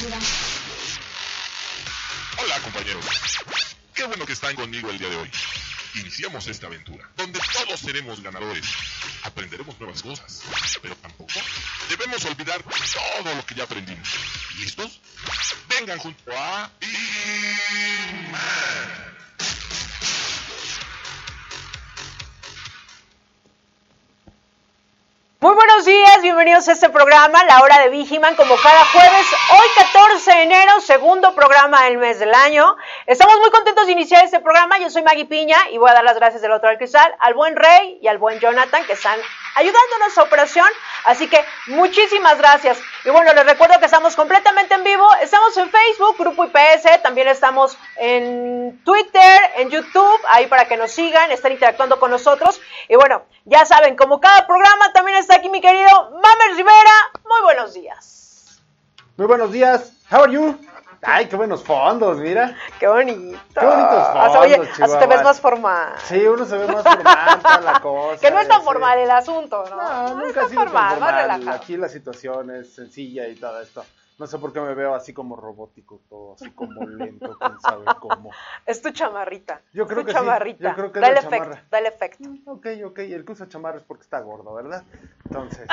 Hola compañeros, qué bueno que están conmigo el día de hoy. Iniciamos esta aventura, donde todos seremos ganadores. Aprenderemos nuevas cosas, pero tampoco debemos olvidar todo lo que ya aprendimos. ¿Listos? Vengan junto a Big-Man. Muy buenos días, bienvenidos a este programa, La Hora de Big-Man, como cada jueves, hoy 14 de enero, segundo programa del mes del año. Estamos muy contentos de iniciar este programa, yo soy Maggie Piña y voy a dar las gracias del otro del cristal al buen Rey y al buen Jonathan que están ayudándonos a operación, así que muchísimas gracias. Y bueno, les recuerdo que estamos completamente en vivo, estamos en Facebook, Grupo IPS, también estamos en Twitter, en YouTube, ahí para que nos sigan, estén interactuando con nosotros. Y bueno, ya saben, como cada programa, también está aquí mi querido Mamer Rivera. Muy buenos días. Muy buenos días. How are you? Ay, qué buenos fondos, mira. Qué bonito. Qué bonitos fondos, oye, Chihuahua. hasta te ves más formal. Sí, uno se ve más formal, toda la cosa. Que no es tan sí. formal el asunto, ¿no? No, nunca está ha sido formal, tan más formal. relajado. Aquí la situación es sencilla y todo esto. No sé por qué me veo así como robótico, todo así como lento, quién sabe cómo. Es tu chamarrita. Yo creo es tu que sí, chamarrita. yo creo que es da el la efecto, chamarra. da el efecto. Ok, el que usa chamarra es porque está gordo, ¿verdad? Entonces.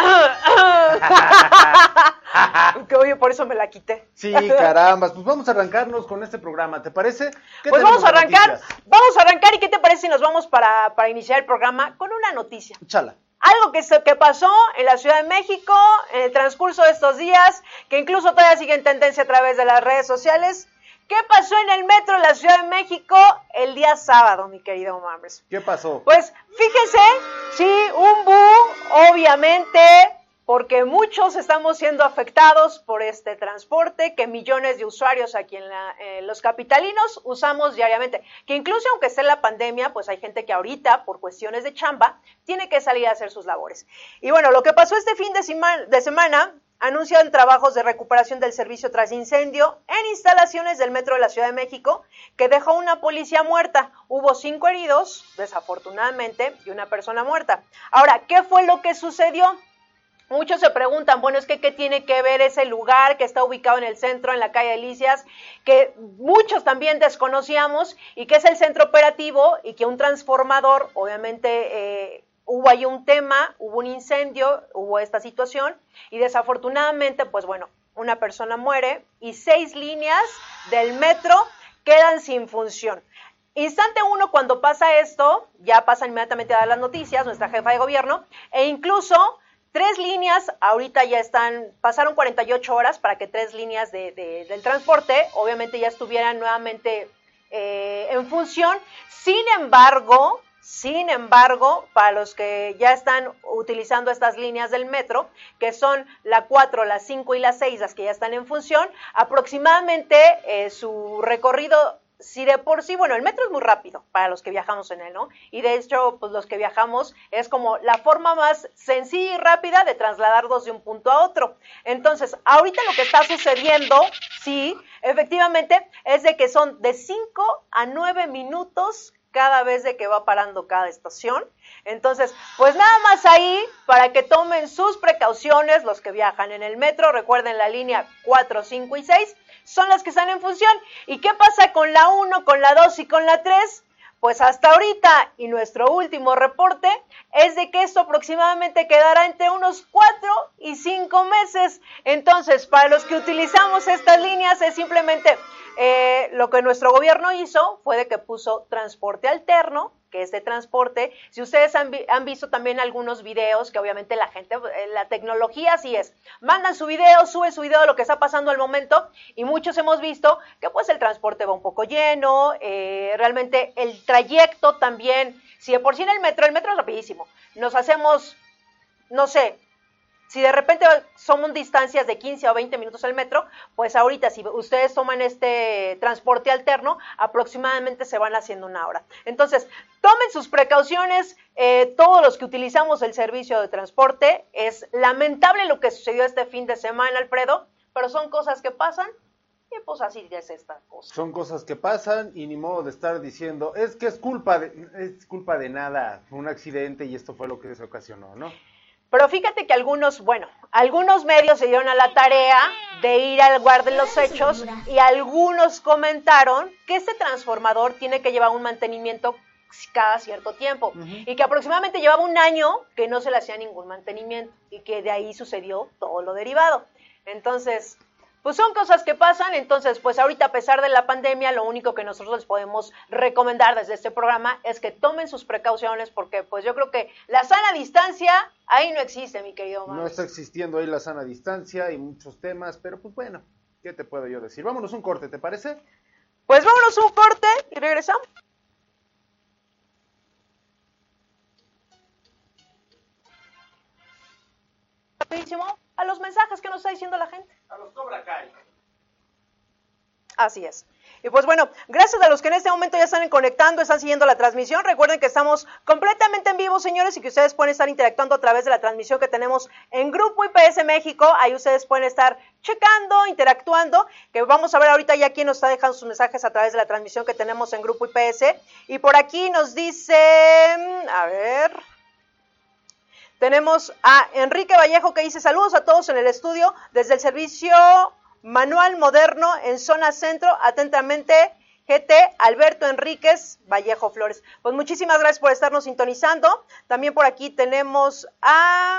Que oye, por eso me la quité. Sí, carambas, pues vamos a arrancarnos con este programa, ¿te parece? ¿Qué Pues vamos a tenemos de arrancar, noticias? ¿y qué te parece si nos vamos para iniciar el programa con una noticia? Chala. Algo que pasó en la Ciudad de México en el transcurso de estos días, que incluso todavía sigue en tendencia a través de las redes sociales. ¿Qué pasó en el metro de la Ciudad de México el día sábado, mi querido Mamers? ¿Qué pasó? Pues fíjese, sí, un obviamente, porque muchos estamos siendo afectados por este transporte que millones de usuarios aquí en los capitalinos usamos diariamente. Que incluso aunque esté en la pandemia, pues hay gente que ahorita, por cuestiones de chamba, tiene que salir a hacer sus labores. Y bueno, lo que pasó este fin de semana, anuncian trabajos de recuperación del servicio tras incendio en instalaciones del Metro de la Ciudad de México, que dejó una policía muerta. Hubo 5 heridos, desafortunadamente, y una persona muerta. Ahora, ¿qué fue lo que sucedió? Muchos se preguntan, bueno, es que ¿qué tiene que ver ese lugar que está ubicado en el centro, en la calle Delicias, que muchos también desconocíamos, y que es el centro operativo, y que un transformador, obviamente, hubo ahí un tema, hubo un incendio, hubo esta situación, y desafortunadamente, pues bueno, una persona muere, y 6 líneas del metro quedan sin función. Instante uno, cuando pasa esto, ya pasa inmediatamente a dar las noticias, nuestra jefa de gobierno, e incluso 3 líneas, ahorita ya pasaron 48 horas para que 3 líneas del transporte, obviamente ya estuvieran nuevamente en función. Sin embargo, para los que ya están utilizando estas líneas del metro, que son la 4, la 5 y la 6, las que ya están en función, aproximadamente su recorrido, si de por sí, bueno, el metro es muy rápido para los que viajamos en él, ¿no? Y de hecho, pues los que viajamos es como la forma más sencilla y rápida de trasladarnos de un punto a otro. Entonces, ahorita lo que está sucediendo, sí, efectivamente, es de que son de 5 a 9 minutos cada vez de que va parando cada estación. Entonces, pues nada más ahí, para que tomen sus precauciones los que viajan en el metro. Recuerden, la línea 4, 5 y 6 son las que están en función. ¿Y qué pasa con la 1, con la 2 y con la 3? Pues hasta ahorita, y nuestro último reporte, es de que esto aproximadamente quedará entre unos 4 y 5 meses. Entonces, para los que utilizamos estas líneas, es simplemente lo que nuestro gobierno hizo fue de que puso transporte alterno, que este transporte, si ustedes han visto también algunos videos, que obviamente la gente, la tecnología así es, mandan su video, sube su video de lo que está pasando al momento, y muchos hemos visto que pues el transporte va un poco lleno, realmente el trayecto también, si de por sí en el metro es rapidísimo, nos hacemos, no sé, si de repente son distancias de 15 o 20 minutos al metro, pues ahorita si ustedes toman este transporte alterno, aproximadamente se van haciendo 1 hora. Entonces, tomen sus precauciones, todos los que utilizamos el servicio de transporte. Es lamentable lo que sucedió este fin de semana, Alfredo, pero son cosas que pasan. Y pues así es esta cosa. Son cosas que pasan y ni modo de estar diciendo, es que es culpa de nada, fue un accidente y esto fue lo que se ocasionó, ¿no? Pero fíjate que algunos medios se dieron a la tarea de ir al lugar de los hechos y algunos comentaron que este transformador tiene que llevar un mantenimiento cada cierto tiempo y que aproximadamente llevaba 1 año que no se le hacía ningún mantenimiento y que de ahí sucedió todo lo derivado. Entonces, pues son cosas que pasan. Entonces, pues ahorita a pesar de la pandemia, lo único que nosotros les podemos recomendar desde este programa es que tomen sus precauciones, porque pues yo creo que la sana distancia ahí no existe, mi querido Max. No está existiendo ahí la sana distancia y muchos temas, pero pues bueno, ¿qué te puedo yo decir? Vámonos un corte, ¿te parece? Pues vámonos un corte y regresamos. Rapidísimo a los mensajes que nos está diciendo la gente. A los Cobra Kai. Así es. Y pues bueno, gracias a los que en este momento ya están conectando, están siguiendo la transmisión. Recuerden que estamos completamente en vivo, señores, y que ustedes pueden estar interactuando a través de la transmisión que tenemos en Grupo IPS México. Ahí ustedes pueden estar checando, interactuando, que vamos a ver ahorita ya quién nos está dejando sus mensajes a través de la transmisión que tenemos en Grupo IPS. Y por aquí nos dice, a ver... Tenemos a Enrique Vallejo que dice saludos a todos en el estudio desde el servicio manual moderno en zona centro, atentamente GT Alberto Enríquez Vallejo Flores. Pues muchísimas gracias por estarnos sintonizando. También por aquí tenemos a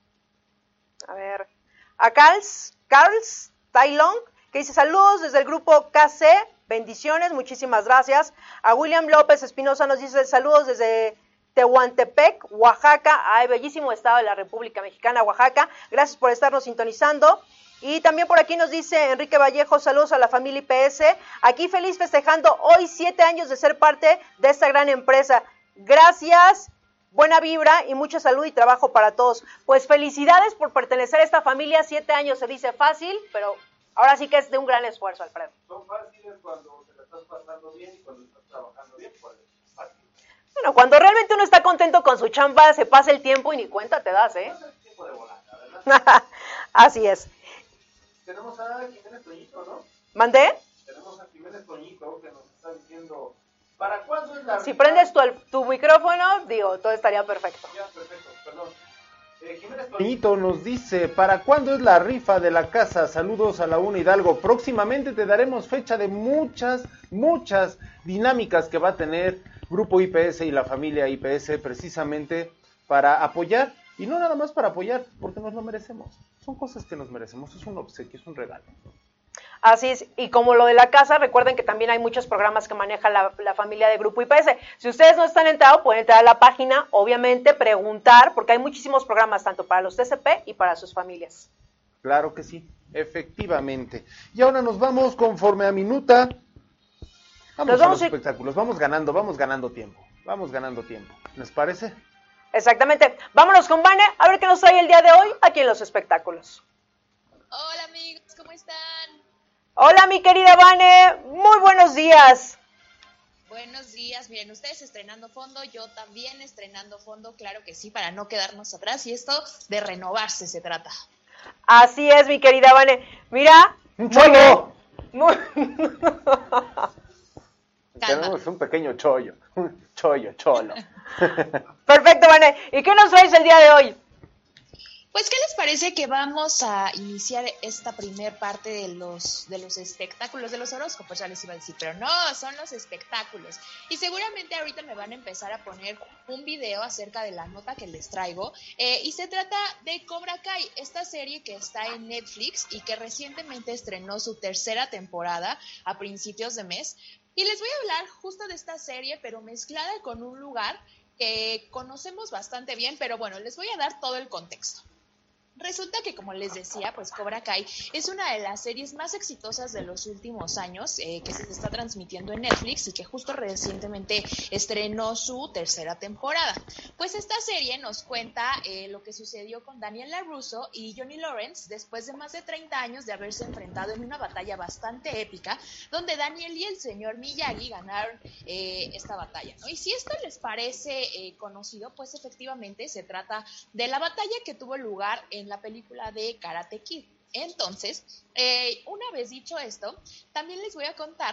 Carls Tailong que dice saludos desde el grupo KC, bendiciones, muchísimas gracias. A William López Espinosa nos dice saludos desde Tehuantepec, Oaxaca. Ay, bellísimo estado de la República Mexicana, Oaxaca. Gracias por estarnos sintonizando. Y también por aquí nos dice Enrique Vallejo, saludos a la familia IPS. Aquí feliz festejando hoy 7 años de ser parte de esta gran empresa. Gracias, buena vibra y mucha salud y trabajo para todos. Pues felicidades por pertenecer a esta familia. 7 años se dice fácil, pero ahora sí que es de un gran esfuerzo, Alfredo. Son fáciles cuando te la estás pasando bien y cuando estás trabajando bien, pues. Bueno, cuando realmente uno está contento con su chamba, se pasa el tiempo y ni cuenta te das, ¿eh? Es tiempo de volada, ¿verdad? Así es. Tenemos a Jiménez Toñito, ¿no? ¿Mandé? Tenemos a Jiménez Toñito que nos está diciendo, ¿para cuándo es la rifa? Si prendes tu micrófono, digo, todo estaría perfecto. Ya, perfecto, perdón. Jiménez Toñito nos dice, ¿para cuándo es la rifa de la casa? Saludos a la UNA Hidalgo. Próximamente te daremos fecha de muchas dinámicas que va a tener Grupo IPS y la familia IPS precisamente para apoyar, y no nada más para apoyar, porque nos lo merecemos. Son cosas que nos merecemos, es un obsequio, es un regalo. Así es, y como lo de la casa, recuerden que también hay muchos programas que maneja la familia de Grupo IPS. Si ustedes no están entrados, pueden entrar a la página, obviamente, preguntar, porque hay muchísimos programas tanto para los TCP y para sus familias. Claro que sí, efectivamente. Y ahora nos vamos conforme a minuta. Vamos a los espectáculos, vamos ganando tiempo. ¿Les parece? Exactamente. Vámonos con Vane, a ver qué nos trae el día de hoy aquí en los espectáculos. Hola amigos, ¿cómo están? Hola mi querida Vane, muy buenos días. Buenos días, miren, ustedes estrenando fondo, yo también estrenando fondo, claro que sí, para no quedarnos atrás, y esto de renovarse se trata. Así es, mi querida Vane. Mira, ¡un chollo! Tenemos un pequeño cholo. Perfecto, Vane. ¿Y qué nos traes el día de hoy? Pues, ¿qué les parece que vamos a iniciar esta primer parte de los espectáculos, de los horóscopos? Ya les iba a decir, pero no, son los espectáculos. Y seguramente ahorita me van a empezar a poner un video acerca de la nota que les traigo. Y se trata de Cobra Kai, esta serie que está en Netflix y que recientemente estrenó su 3ª temporada a principios de mes. Y les voy a hablar justo de esta serie, pero mezclada con un lugar que conocemos bastante bien, pero bueno, les voy a dar todo el contexto. Resulta que, como les decía, pues Cobra Kai es una de las series más exitosas de los últimos años que se está transmitiendo en Netflix y que justo recientemente estrenó su 3ª temporada. Pues esta serie nos cuenta lo que sucedió con Daniel LaRusso y Johnny Lawrence después de más de 30 años de haberse enfrentado en una batalla bastante épica, donde Daniel y el señor Miyagi ganaron esta batalla, ¿no? Y si esto les parece conocido, pues efectivamente se trata de la batalla que tuvo lugar en la película de Karate Kid. Entonces, una vez dicho esto, también les voy a contar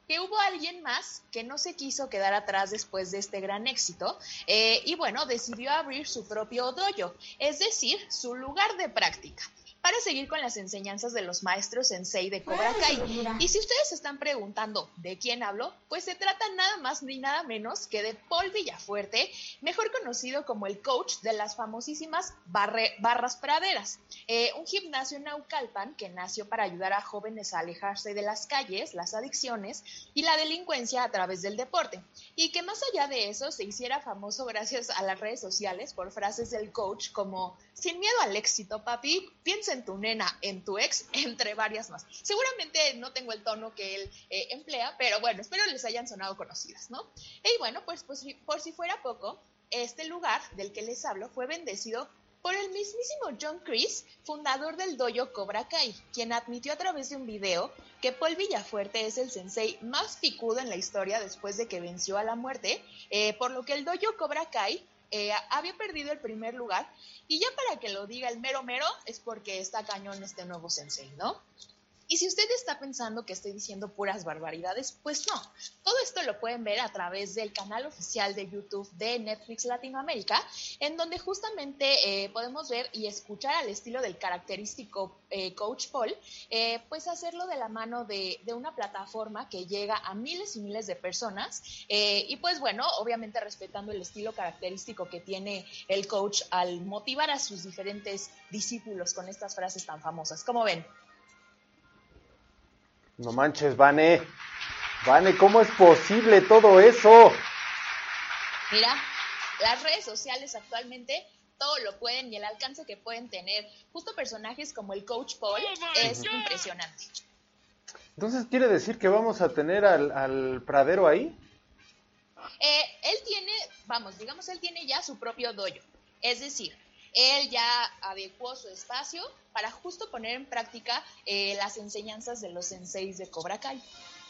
que hubo alguien más que no se quiso quedar atrás después de este gran éxito y bueno, decidió abrir su propio dojo, es decir, su lugar de práctica, para seguir con las enseñanzas de los maestros sensei de Cobra Kai. Y si ustedes se están preguntando de quién hablo, pues se trata nada más ni nada menos que de Paul Villafuerte, mejor conocido como el coach de las famosísimas Barras Praderas, un gimnasio en Naucalpan que nació para ayudar a jóvenes a alejarse de las calles, las adicciones y la delincuencia a través del deporte, y que más allá de eso se hiciera famoso gracias a las redes sociales por frases del coach como "sin miedo al éxito, papi, piensa en tu nena, en tu ex", entre varias más. Seguramente no tengo el tono que él emplea, pero bueno, espero les hayan sonado conocidas, ¿no? Y bueno, pues por si fuera poco, este lugar del que les hablo fue bendecido por el mismísimo John Kreese, fundador del dojo Cobra Kai, quien admitió a través de un video que Paul Villafuerte es el sensei más picudo en la historia después de que venció a la muerte, por lo que el dojo Cobra Kai había perdido el primer lugar, y ya para que lo diga el mero mero es porque está cañón este nuevo sensei, ¿no? Y si usted está pensando que estoy diciendo puras barbaridades, pues no. Todo esto lo pueden ver a través del canal oficial de YouTube de Netflix Latinoamérica, en donde justamente podemos ver y escuchar al estilo del característico Coach Paul, pues hacerlo de la mano de una plataforma que llega a miles y miles de personas, y pues bueno, obviamente respetando el estilo característico que tiene el coach al motivar a sus diferentes discípulos con estas frases tan famosas. ¿Cómo ven? No manches, Vane, ¿cómo es posible todo eso? Mira, las redes sociales actualmente todo lo pueden, y el alcance que pueden tener justo personajes como el Coach Paul es impresionante. Entonces, ¿quiere decir que vamos a tener al Pradero ahí? Él tiene ya su propio dojo, es decir, él ya adecuó su espacio para justo poner en práctica las enseñanzas de los senseis de Cobra Kai.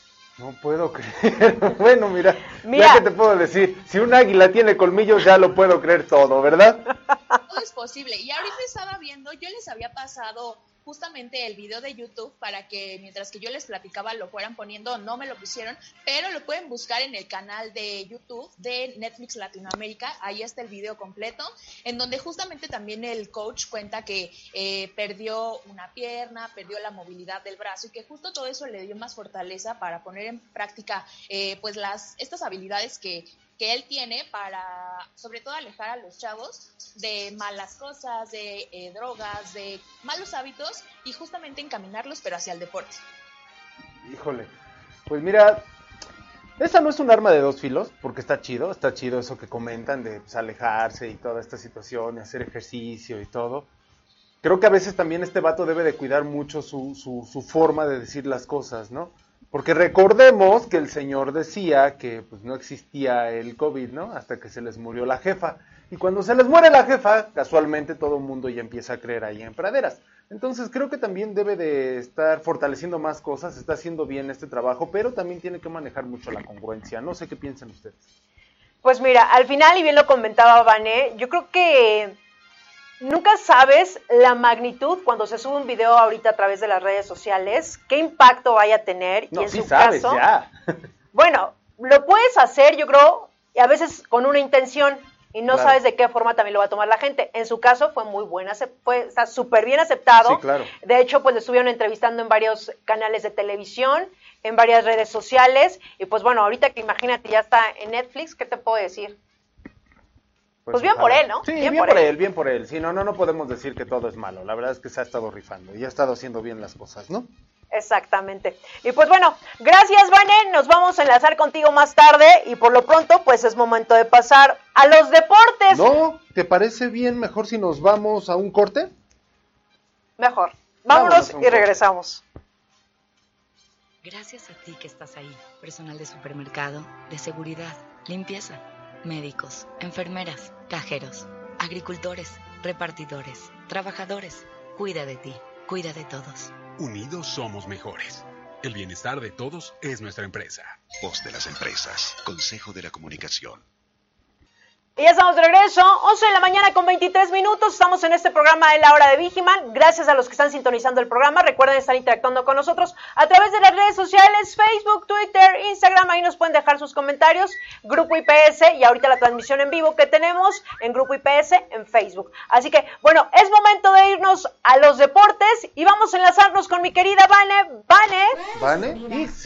No puedo creer. Bueno, mira, ya que te puedo decir, si un águila tiene colmillos ya lo puedo creer todo, ¿verdad? Todo es posible. Y ahorita estaba viendo, yo les había pasado justamente el video de YouTube para que mientras que yo les platicaba lo fueran poniendo, no me lo pusieron, pero lo pueden buscar en el canal de YouTube de Netflix Latinoamérica, ahí está el video completo, en donde justamente también el coach cuenta que perdió una pierna, perdió la movilidad del brazo, y que justo todo eso le dio más fortaleza para poner en práctica pues estas habilidades que él tiene para, sobre todo, alejar a los chavos de malas cosas, de drogas, de malos hábitos, y justamente encaminarlos, pero hacia el deporte. Híjole, pues mira, esa no es un arma de dos filos, porque está chido eso que comentan de pues, alejarse y toda esta situación, y hacer ejercicio y todo. Creo que a veces también este vato debe de cuidar mucho su forma de decir las cosas, ¿no? Porque recordemos que el señor decía que pues no existía el COVID, ¿no? Hasta que se les murió la jefa. Y cuando se les muere la jefa, casualmente todo el mundo ya empieza a creer ahí en praderas. Entonces creo que también debe de estar fortaleciendo más cosas, está haciendo bien este trabajo, pero también tiene que manejar mucho la congruencia. No sé qué piensan ustedes. Pues mira, al final, y bien lo comentaba Vané, yo creo que nunca sabes la magnitud cuando se sube un video ahorita a través de las redes sociales, qué impacto vaya a tener. No, y en sí su sabes, caso, ya. Bueno, lo puedes hacer, yo creo, y a veces con una intención, y no Claro. sabes de qué forma también lo va a tomar la gente. En su caso fue muy buena, está súper bien aceptado. Sí, claro. De hecho, pues le estuvieron entrevistando en varios canales de televisión, en varias redes sociales, y pues bueno, ahorita que imagínate, ya está en Netflix, ¿qué te puedo decir? Pues bien ojalá. por él, ¿no? Sí, bien por él. Sí, no podemos decir que todo es malo. La verdad es que se ha estado rifando y ha estado haciendo bien las cosas, ¿no? Exactamente. Y pues bueno, gracias, Vane. Nos vamos a enlazar contigo más tarde y por lo pronto, pues es momento de pasar a los deportes. ¿No? ¿Te parece bien mejor si nos vamos a un corte? Mejor. Vámonos y regresamos. Gracias a ti que estás ahí, personal de supermercado, de seguridad, limpieza, médicos, enfermeras, cajeros, agricultores, repartidores, trabajadores. Cuida de ti, cuida de todos. Unidos somos mejores. El bienestar de todos es nuestra empresa. Voz de las empresas. Consejo de la Comunicación. Y ya estamos de regreso, 11 de la mañana con 23 minutos, estamos en este programa de La Hora de Vigiman. Gracias a los que están sintonizando el programa, recuerden estar interactuando con nosotros a través de las redes sociales, Facebook, Twitter, Instagram, ahí nos pueden dejar sus comentarios, Grupo IPS y ahorita la transmisión en vivo que tenemos en Grupo IPS en Facebook. Así que, bueno, es momento de irnos a los deportes y vamos a enlazarnos con mi querida ¿Vane?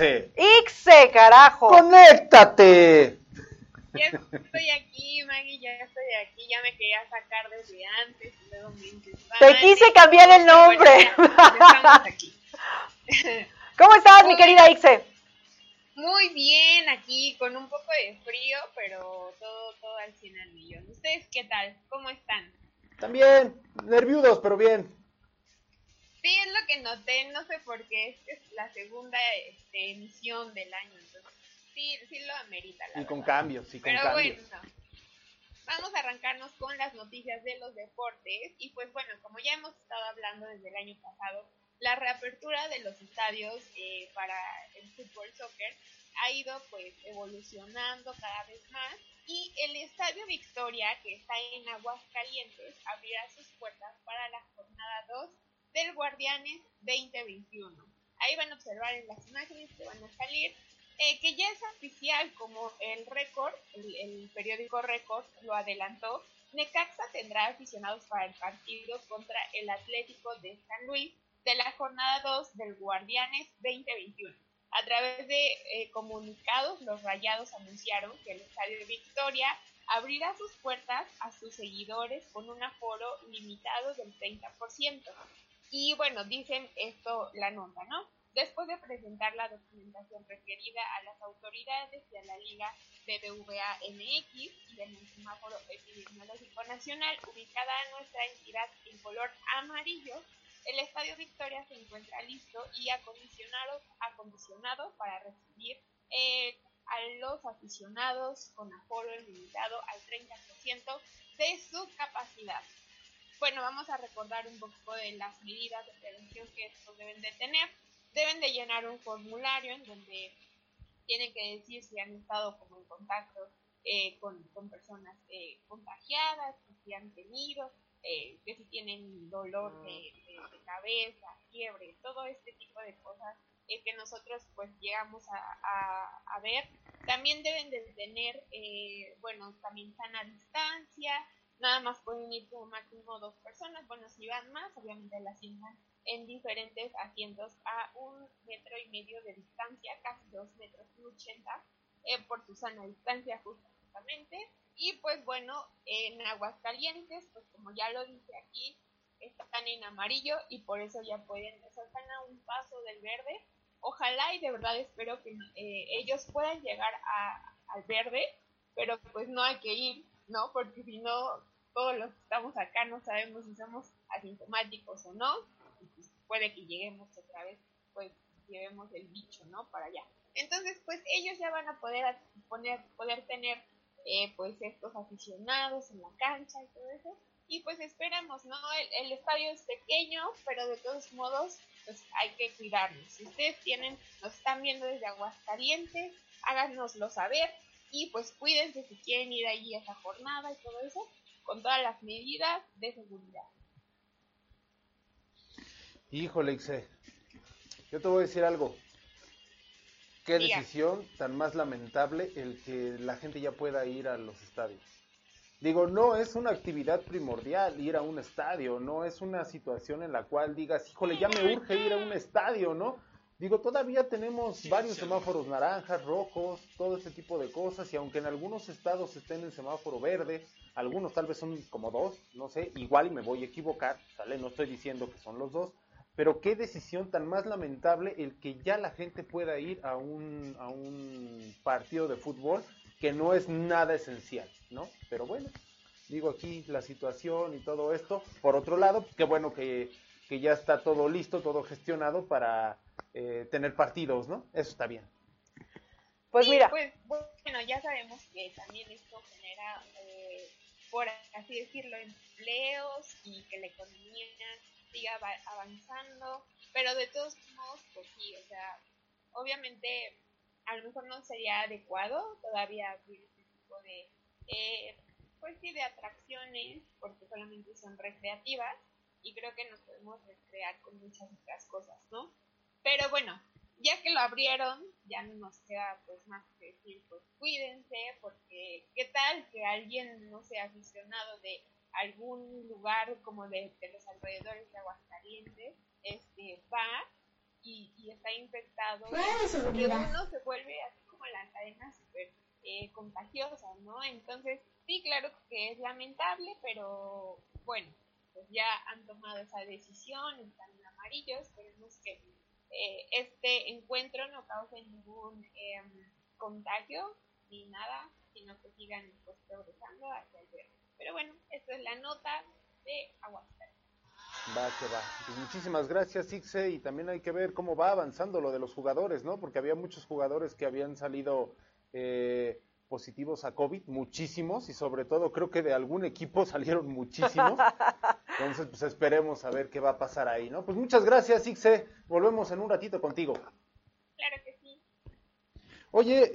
Ixe, carajo. ¡Conéctate! Ya estoy aquí, Maggie, ya estoy aquí, ya me quería sacar desde antes, y luego me dices, Te quise cambiar el nombre. Bueno, ya estamos aquí. ¿Cómo estás, mi querida Ixe? Muy bien, aquí con un poco de frío, pero todo al 100 al millón. ¿Ustedes qué tal? ¿Cómo están? También, nerviudos, pero bien. Sí, es lo que noté, no sé por qué, es la segunda emisión del año, entonces sí lo amerita, la Y con verdad. cambios, Pero bueno, vamos a arrancarnos con las noticias de los deportes. Y pues bueno, como ya hemos estado hablando desde el año pasado, la reapertura de los estadios para el fútbol soccer ha ido pues evolucionando cada vez más. Y el Estadio Victoria, que está en Aguascalientes, abrirá sus puertas para la jornada 2 del Guardianes 2021. Ahí van a observar en las imágenes que van a salir que ya es oficial, como el Récord, el periódico Récord lo adelantó. Necaxa tendrá aficionados para el partido contra el Atlético de San Luis de la jornada 2 del Guardianes 2021. A través de comunicados, los Rayados anunciaron que el Estadio Victoria abrirá sus puertas a sus seguidores con un aforo limitado del 30%. Y bueno, dicen esto la nota, ¿no? Después de presentar la documentación requerida a las autoridades y a la Liga BBVA MX y del Semáforo Epidemiológico Nacional, ubicada en nuestra entidad en color amarillo, el Estadio Victoria se encuentra listo y acondicionado para recibir a los aficionados con aforo limitado al 30% de su capacidad. Bueno, vamos a recordar un poco de las medidas de prevención que estos deben de tener. Deben de llenar un formulario en donde tienen que decir si han estado como en contacto con personas contagiadas, que si han tenido, que si tienen dolor de cabeza, fiebre, todo este tipo de cosas que nosotros pues llegamos a ver. También deben de tener, también sana distancia, nada más pueden ir como máximo 2 personas, bueno, si van más, obviamente las sientan en diferentes asientos a 1,5 metros de distancia, casi 2,80 metros, por su sana distancia justamente. Y pues bueno, en Aguascalientes, pues como ya lo dice aquí, están en amarillo y por eso ya pueden, o sea, están a un paso del verde. Ojalá y de verdad espero que ellos puedan llegar al verde, pero pues no hay que ir, ¿no? Porque si no, todos los que estamos acá no sabemos si somos asintomáticos o no. Pues puede que lleguemos otra vez, pues llevemos el bicho, ¿no? Para allá. Entonces, pues ellos ya van a poder tener pues estos aficionados en la cancha y todo eso. Y pues esperamos, ¿no? El estadio es pequeño, pero de todos modos, pues hay que cuidarnos. Si ustedes nos están viendo desde Aguascalientes, háganoslo saber. Y pues cuídense si quieren ir allí a esa jornada y todo eso, con todas las medidas de seguridad. Híjole, Ixe, yo te voy a decir algo. Qué Diga. decisión tan más lamentable el que la gente ya pueda ir a los estadios. Digo, no es una actividad primordial ir a un estadio, no es una situación en la cual digas, híjole, ya me urge ir a un estadio, ¿no? Digo, todavía tenemos varios semáforos naranjas, rojos, todo este tipo de cosas, y aunque en algunos estados estén en semáforo verde, algunos tal vez son como 2, no sé, igual y me voy a equivocar, ¿sale? No estoy diciendo que son los 2, pero qué decisión tan más lamentable el que ya la gente pueda ir a un partido de fútbol que no es nada esencial, ¿no? Pero bueno, digo aquí la situación y todo esto. Por otro lado, qué bueno que ya está todo listo, todo gestionado para tener partidos, ¿no? Eso está bien. Pues mira. Pues bueno, ya sabemos que también esto genera, por así decirlo, empleos y que la economía siga avanzando, pero de todos modos, pues sí, o sea, obviamente a lo mejor no sería adecuado todavía abrir este tipo pues sí, de atracciones, porque solamente son recreativas, y creo que nos podemos recrear con muchas otras cosas, ¿no? Pero bueno, ya que lo abrieron, ya no nos queda pues más que decir, pues cuídense, porque qué tal que alguien, no sea aficionado de algún lugar como de los alrededores de Aguascalientes, va y está infectado, y uno se vuelve así como la cadena súper contagiosa, ¿no? Entonces, sí, claro que es lamentable, pero bueno, pues ya han tomado esa decisión, están en amarillo, esperemos que este encuentro no cause ningún contagio ni nada, sino que sigan pues progresando hacia el verde. Pero bueno, esta es la nota de Aguascalientes. Va, que va. Pues muchísimas gracias, Ixe, y también hay que ver cómo va avanzando lo de los jugadores, ¿no? Porque había muchos jugadores que habían salido positivos a COVID, muchísimos, y sobre todo creo que de algún equipo salieron muchísimos. Entonces, pues esperemos a ver qué va a pasar ahí, ¿no? Pues muchas gracias, Ixe. Volvemos en un ratito contigo. Claro que sí. Oye,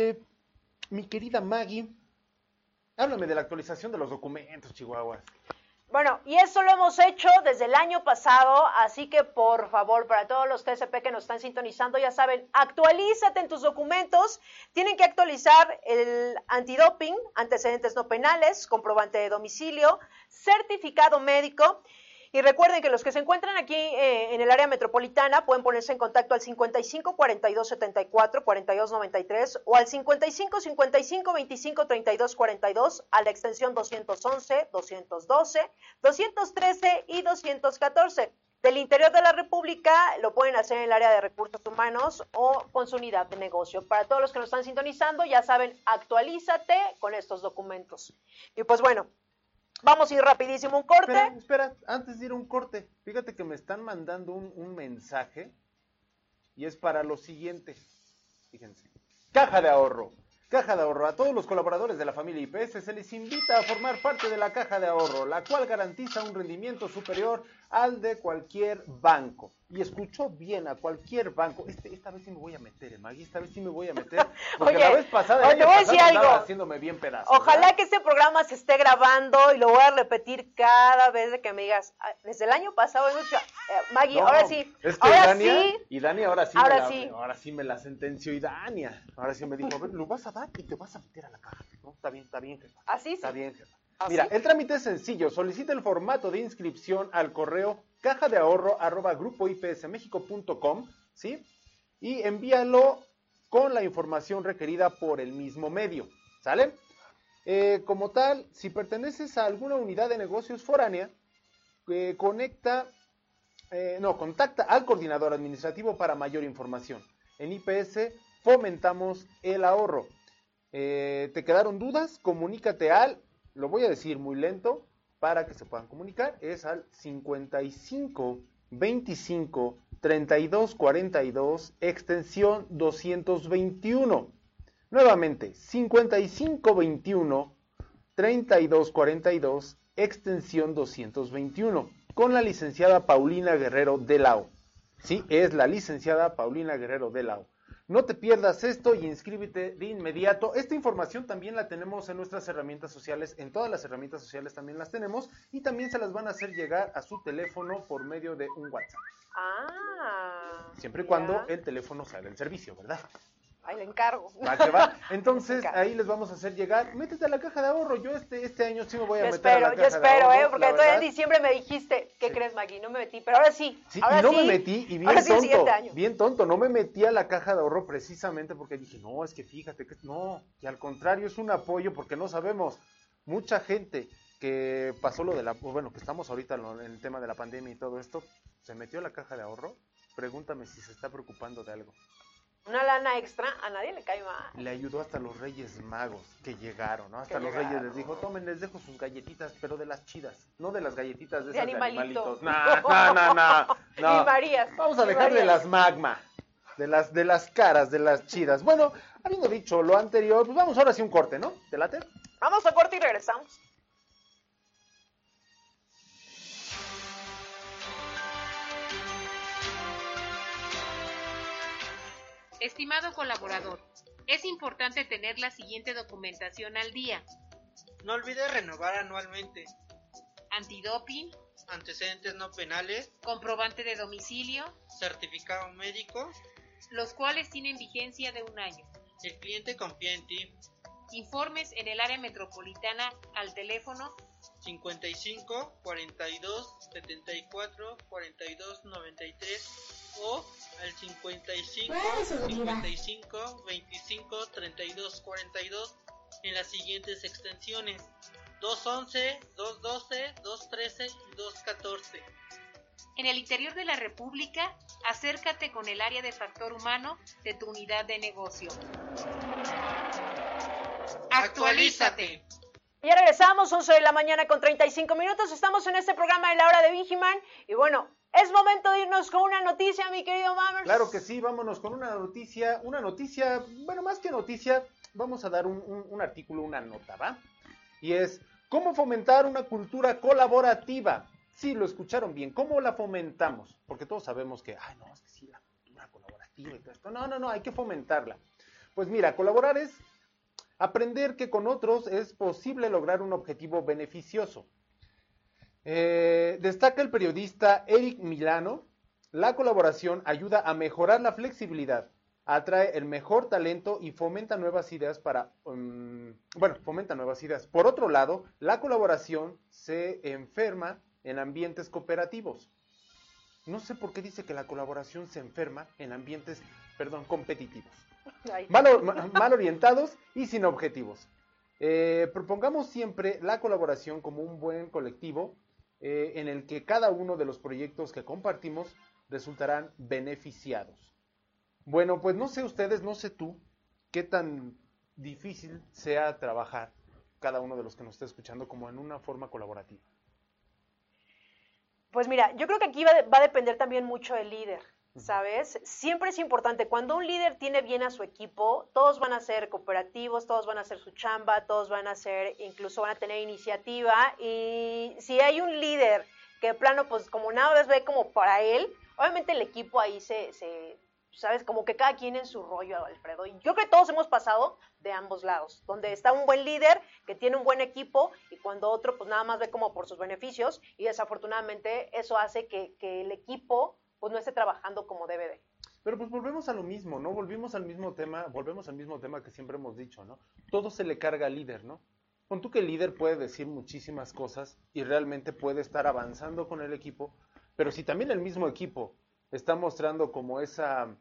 mi querida Maggie, háblame de la actualización de los documentos, Chihuahuas. Bueno, y eso lo hemos hecho desde el año pasado, así que por favor, para todos los TCP que nos están sintonizando, ya saben, actualízate en tus documentos, tienen que actualizar el antidoping, antecedentes no penales, comprobante de domicilio, certificado médico, y recuerden que los que se encuentran aquí en el área metropolitana pueden ponerse en contacto al 55 42 74 42 93 o al 55 55 25 32 42 a la extensión 211, 212, 213 y 214. Del interior de la República lo pueden hacer en el área de recursos humanos o con su unidad de negocio. Para todos los que nos están sintonizando, ya saben, actualízate con estos documentos. Y pues bueno, vamos a ir rapidísimo un corte. Espera, antes de ir a un corte, fíjate que me están mandando un mensaje y es para lo siguiente. Fíjense. Caja de ahorro. Caja de ahorro. A todos los colaboradores de la familia IPS se les invita a formar parte de la caja de ahorro, la cual garantiza un rendimiento superior al de cualquier banco. Y escuchó bien, a cualquier banco. Esta vez sí me voy a meter, Maggie, esta vez sí me voy a meter. Porque oye, la vez pasada, te voy a decir algo. Haciéndome bien pedazos. Ojalá ¿verdad? que este programa se esté grabando y lo voy a repetir cada vez de que me digas, desde el año pasado, Maggie, No, ahora sí. Es que ahora Dania, sí. Y Dania ahora sí me la sentenció y Dania. Ahora sí me dijo, a ver, lo vas a dar y te vas a meter a la caja. No, está bien, jefa. Así sí. Está bien, jefa. ¿Así? Mira, el trámite es sencillo. Solicita el formato de inscripción al correo cajadeahorro@grupoipsmexico.com, ¿sí? Y envíalo con la información requerida por el mismo medio, ¿sale? Como tal, si perteneces a alguna unidad de negocios foránea, contacta al coordinador administrativo para mayor información. En IPS fomentamos el ahorro. ¿Te quedaron dudas? Comunícate lo voy a decir muy lento para que se puedan comunicar, es al 55 25 32 42 extensión 221. Nuevamente, 55 21 32 42 extensión 221, con la licenciada Paulina Guerrero de Lao. Sí, es la licenciada Paulina Guerrero de Lao. No te pierdas esto y inscríbete de inmediato. Esta información también la tenemos en nuestras herramientas sociales, en todas las herramientas sociales también las tenemos, y también se las van a hacer llegar a su teléfono por medio de un WhatsApp. Siempre y cuando el teléfono salga del servicio, ¿verdad? Ahí le encargo. Va que va. Entonces, ahí les vamos a hacer llegar. Métete a la caja de ahorro. Yo este año sí me voy a meter a la caja de ahorro. Porque todavía en diciembre me dijiste, ¿qué crees, Maggie? No me metí, pero ahora sí. Me metí, y bien tonto, no me metí a la caja de ahorro precisamente porque dije, no, es que fíjate que que al contrario es un apoyo porque no sabemos. Mucha gente que pasó que estamos ahorita en el tema de la pandemia y todo esto, se metió a la caja de ahorro. Pregúntame si se está preocupando de algo. Una lana extra a nadie le cae mal. Le ayudó hasta los Reyes Magos que llegaron, ¿no? Hasta los Reyes les dijo, tomen, les dejo sus galletitas, pero de las chidas, no de las galletitas de esas de animalitos. No. Y Marías. Vamos a dejarle las magma, de las caras, de las chidas. Bueno, habiendo dicho lo anterior, pues vamos ahora sí a un corte, ¿no? ¿Te late? Vamos a corte y regresamos. Estimado colaborador, es importante tener la siguiente documentación al día. No olvides renovar anualmente. Antidoping, Antecedentes no penales, comprobante de domicilio, certificado médico. los cuales tienen vigencia de 1 año. El cliente confía en ti. Informes en el área metropolitana al teléfono 55 42 74 42 93 o al 55 55 25 32 42 en las siguientes extensiones 211, 212, 213 y 214. En el interior de la República, acércate con el área de factor humano de tu unidad de negocio. ¡Actualízate! Ya regresamos, 11 de la mañana con 35 minutos. Estamos en este programa de la hora de Vigiman. Y bueno, es momento de irnos con una noticia, mi querido Mammers. Claro que sí, vámonos con una noticia, bueno, más que noticia, vamos a dar un artículo, una nota, ¿va? Y es, ¿cómo fomentar una cultura colaborativa? Sí, lo escucharon bien, ¿cómo la fomentamos? Porque todos sabemos que, ay, no, es que sí, la cultura colaborativa y todo esto. No, hay que fomentarla. Pues mira, colaborar es aprender que con otros es posible lograr un objetivo beneficioso. Destaca el periodista Eric Milano, la colaboración ayuda a mejorar la flexibilidad, atrae el mejor talento y fomenta nuevas ideas fomenta nuevas ideas. Por otro lado, la colaboración se enferma en ambientes cooperativos. No sé por qué dice que la colaboración se enferma en ambientes, competitivos. Mal orientados y sin objetivos. Propongamos siempre la colaboración como un buen colectivo en el que cada uno de los proyectos que compartimos resultarán beneficiados. Bueno, pues no sé ustedes, no sé tú, qué tan difícil sea trabajar cada uno de los que nos está escuchando como en una forma colaborativa. Pues mira, yo creo que aquí va a depender también mucho del líder, ¿sabes? Siempre es importante, cuando un líder tiene bien a su equipo, todos van a ser cooperativos, todos van a hacer su chamba, todos van a ser, incluso van a tener iniciativa, y si hay un líder que de plano, pues como nada más ve como para él, obviamente el equipo ahí ¿sabes? Como que cada quien en su rollo, Alfredo. Y yo creo que todos hemos pasado de ambos lados, donde está un buen líder que tiene un buen equipo y cuando otro pues nada más ve como por sus beneficios y desafortunadamente eso hace que el equipo pues no esté trabajando como debe de. Pero pues volvemos a lo mismo, ¿no? Volvemos al mismo tema que siempre hemos dicho, ¿no? Todo se le carga al líder, ¿no? Pon tú que el líder puede decir muchísimas cosas y realmente puede estar avanzando con el equipo, pero si también el mismo equipo está mostrando como esa...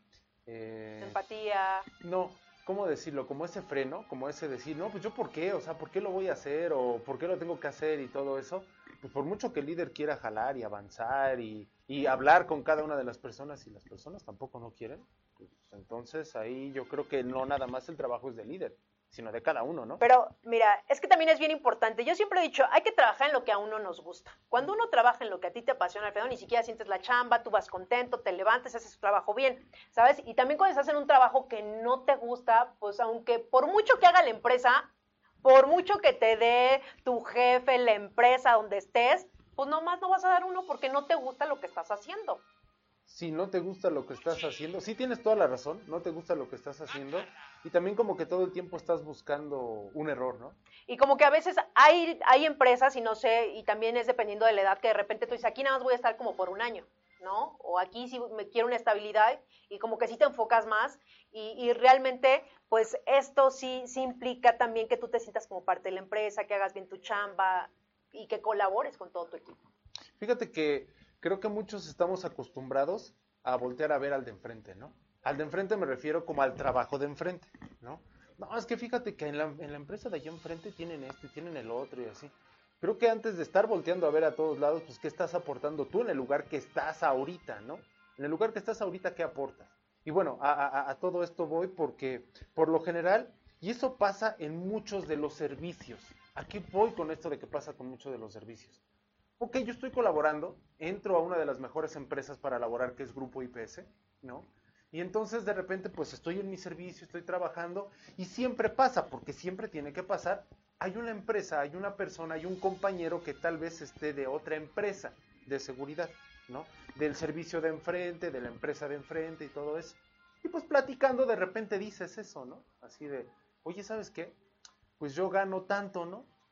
empatía. No, ¿cómo decirlo? Como ese freno, como ese decir, no, pues yo ¿por qué? O sea, ¿por qué lo voy a hacer? ¿O por qué lo tengo que hacer? Y todo eso. Pues por mucho que el líder quiera jalar y avanzar y hablar con cada una de las personas y las personas tampoco no quieren, pues entonces ahí yo creo que no nada más el trabajo es del líder, sino de cada uno, ¿no? Pero mira, es que también es bien importante. Yo siempre he dicho, hay que trabajar en lo que a uno nos gusta. Cuando uno trabaja en lo que a ti te apasiona, Alfredo, ni siquiera sientes la chamba, tú vas contento, te levantas, haces tu trabajo bien, ¿sabes? Y también cuando estás en un trabajo que no te gusta, pues aunque por mucho que haga la empresa, por mucho que te dé tu jefe, la empresa donde estés, pues nomás no vas a dar uno porque no te gusta lo que estás haciendo. Si no te gusta lo que estás haciendo, sí tienes toda la razón, no te gusta lo que estás haciendo y también como que todo el tiempo estás buscando un error, ¿no? Y como que a veces hay empresas y no sé, y también es dependiendo de la edad que de repente tú dices, aquí nada más voy a estar como por 1 año, ¿no? O aquí sí me quiero una estabilidad y como que sí te enfocas más y realmente pues esto sí implica también que tú te sientas como parte de la empresa, que hagas bien tu chamba y que colabores con todo tu equipo. Fíjate que creo que muchos estamos acostumbrados a voltear a ver al de enfrente, ¿no? Al de enfrente me refiero como al trabajo de enfrente, ¿no? No, es que fíjate que en la empresa de allá enfrente tienen esto y tienen el otro y así. Creo que antes de estar volteando a ver a todos lados, pues, ¿qué estás aportando tú en el lugar que estás ahorita, ¿no? En el lugar que estás ahorita, ¿qué aportas? Y bueno, a todo esto voy porque, por lo general, y eso pasa en muchos de los servicios. ¿A qué voy con esto de que pasa con muchos de los servicios? Ok, yo estoy colaborando, entro a una de las mejores empresas para laborar, que es Grupo IPS, ¿no? Y entonces de repente pues estoy en mi servicio, estoy trabajando y siempre pasa, porque siempre tiene que pasar, hay una empresa, hay una persona, hay un compañero que tal vez esté de otra empresa de seguridad, ¿no? Del servicio de enfrente, de la empresa de enfrente y todo eso. Y pues platicando de repente dices eso, ¿no? Así de, oye, ¿sabes qué? Pues yo gano tanto, ¿no?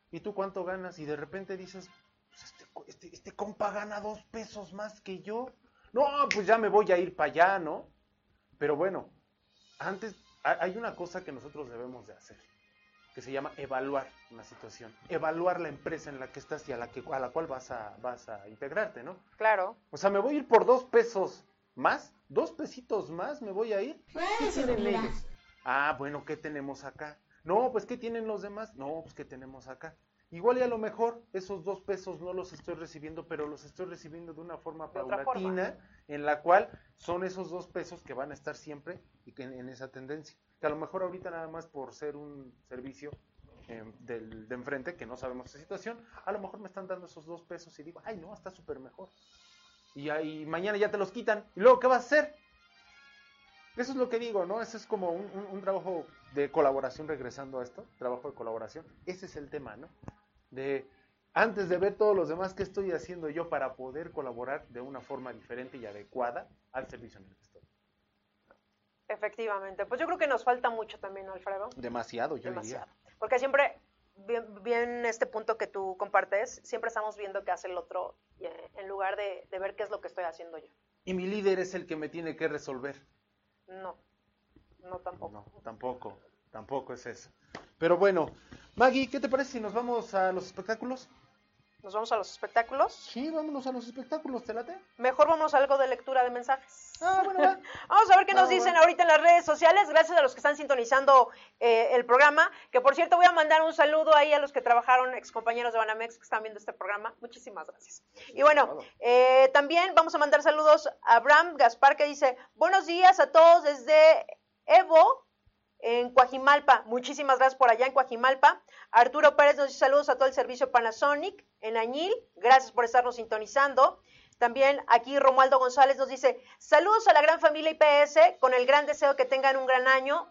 ¿Y tú cuánto ganas? Y de repente dices, pues este compa gana 2 pesos más que yo. No, pues ya me voy a ir para allá, ¿no? Pero bueno, antes hay una cosa que nosotros debemos de hacer, que se llama evaluar una situación, evaluar la empresa en la que estás y a la cual vas a integrarte, ¿no? Claro. O sea, me voy a ir por 2 pesos más, 2 pesitos más me voy a ir. ¿Qué tienen ellos? Ah, bueno, ¿qué tenemos acá? No, pues ¿qué tienen los demás? No, pues ¿qué tenemos acá? Igual y a lo mejor esos 2 pesos no los estoy recibiendo, pero los estoy recibiendo de una forma paulatina, en la cual son esos 2 pesos que van a estar siempre y que en esa tendencia. Que a lo mejor ahorita nada más por ser un servicio de enfrente, que no sabemos esa situación, a lo mejor me están dando esos 2 pesos y digo, ay no, está súper mejor. Y mañana ya te los quitan. ¿Y luego qué vas a hacer? Eso es lo que digo, ¿no? Eso es como un trabajo de colaboración, regresando a esto, trabajo de colaboración. Ese es el tema, ¿no? De antes de ver todos los demás, ¿qué estoy haciendo yo para poder colaborar de una forma diferente y adecuada al servicio en el que estoy? Efectivamente. Pues yo creo que nos falta mucho también, Alfredo. Demasiado, yo diría. Porque siempre, bien este punto que tú compartes, siempre estamos viendo qué hace el otro en lugar de ver qué es lo que estoy haciendo yo. Y mi líder es el que me tiene que resolver. No tampoco. No, tampoco es eso. Pero bueno, Maggie, ¿qué te parece si nos vamos a los espectáculos? ¿Nos vamos a los espectáculos? Sí, vámonos a los espectáculos, ¿te late? Mejor vamos a algo de lectura de mensajes. Bueno, va. Vamos a ver qué nos dicen ahorita en las redes sociales. Gracias a los que están sintonizando el programa. Que por cierto, voy a mandar un saludo ahí a los que trabajaron, excompañeros de Banamex que están viendo este programa. Muchísimas gracias. Y bueno, también vamos a mandar saludos a Abraham Gaspar, que dice, buenos días a todos desde Evo, en Coajimalpa. Muchísimas gracias por allá en Coajimalpa. Arturo Pérez nos dice saludos a todo el servicio Panasonic en Añil. Gracias por estarnos sintonizando. También aquí Romualdo González nos dice saludos a la gran familia IPS con el gran deseo que tengan un gran año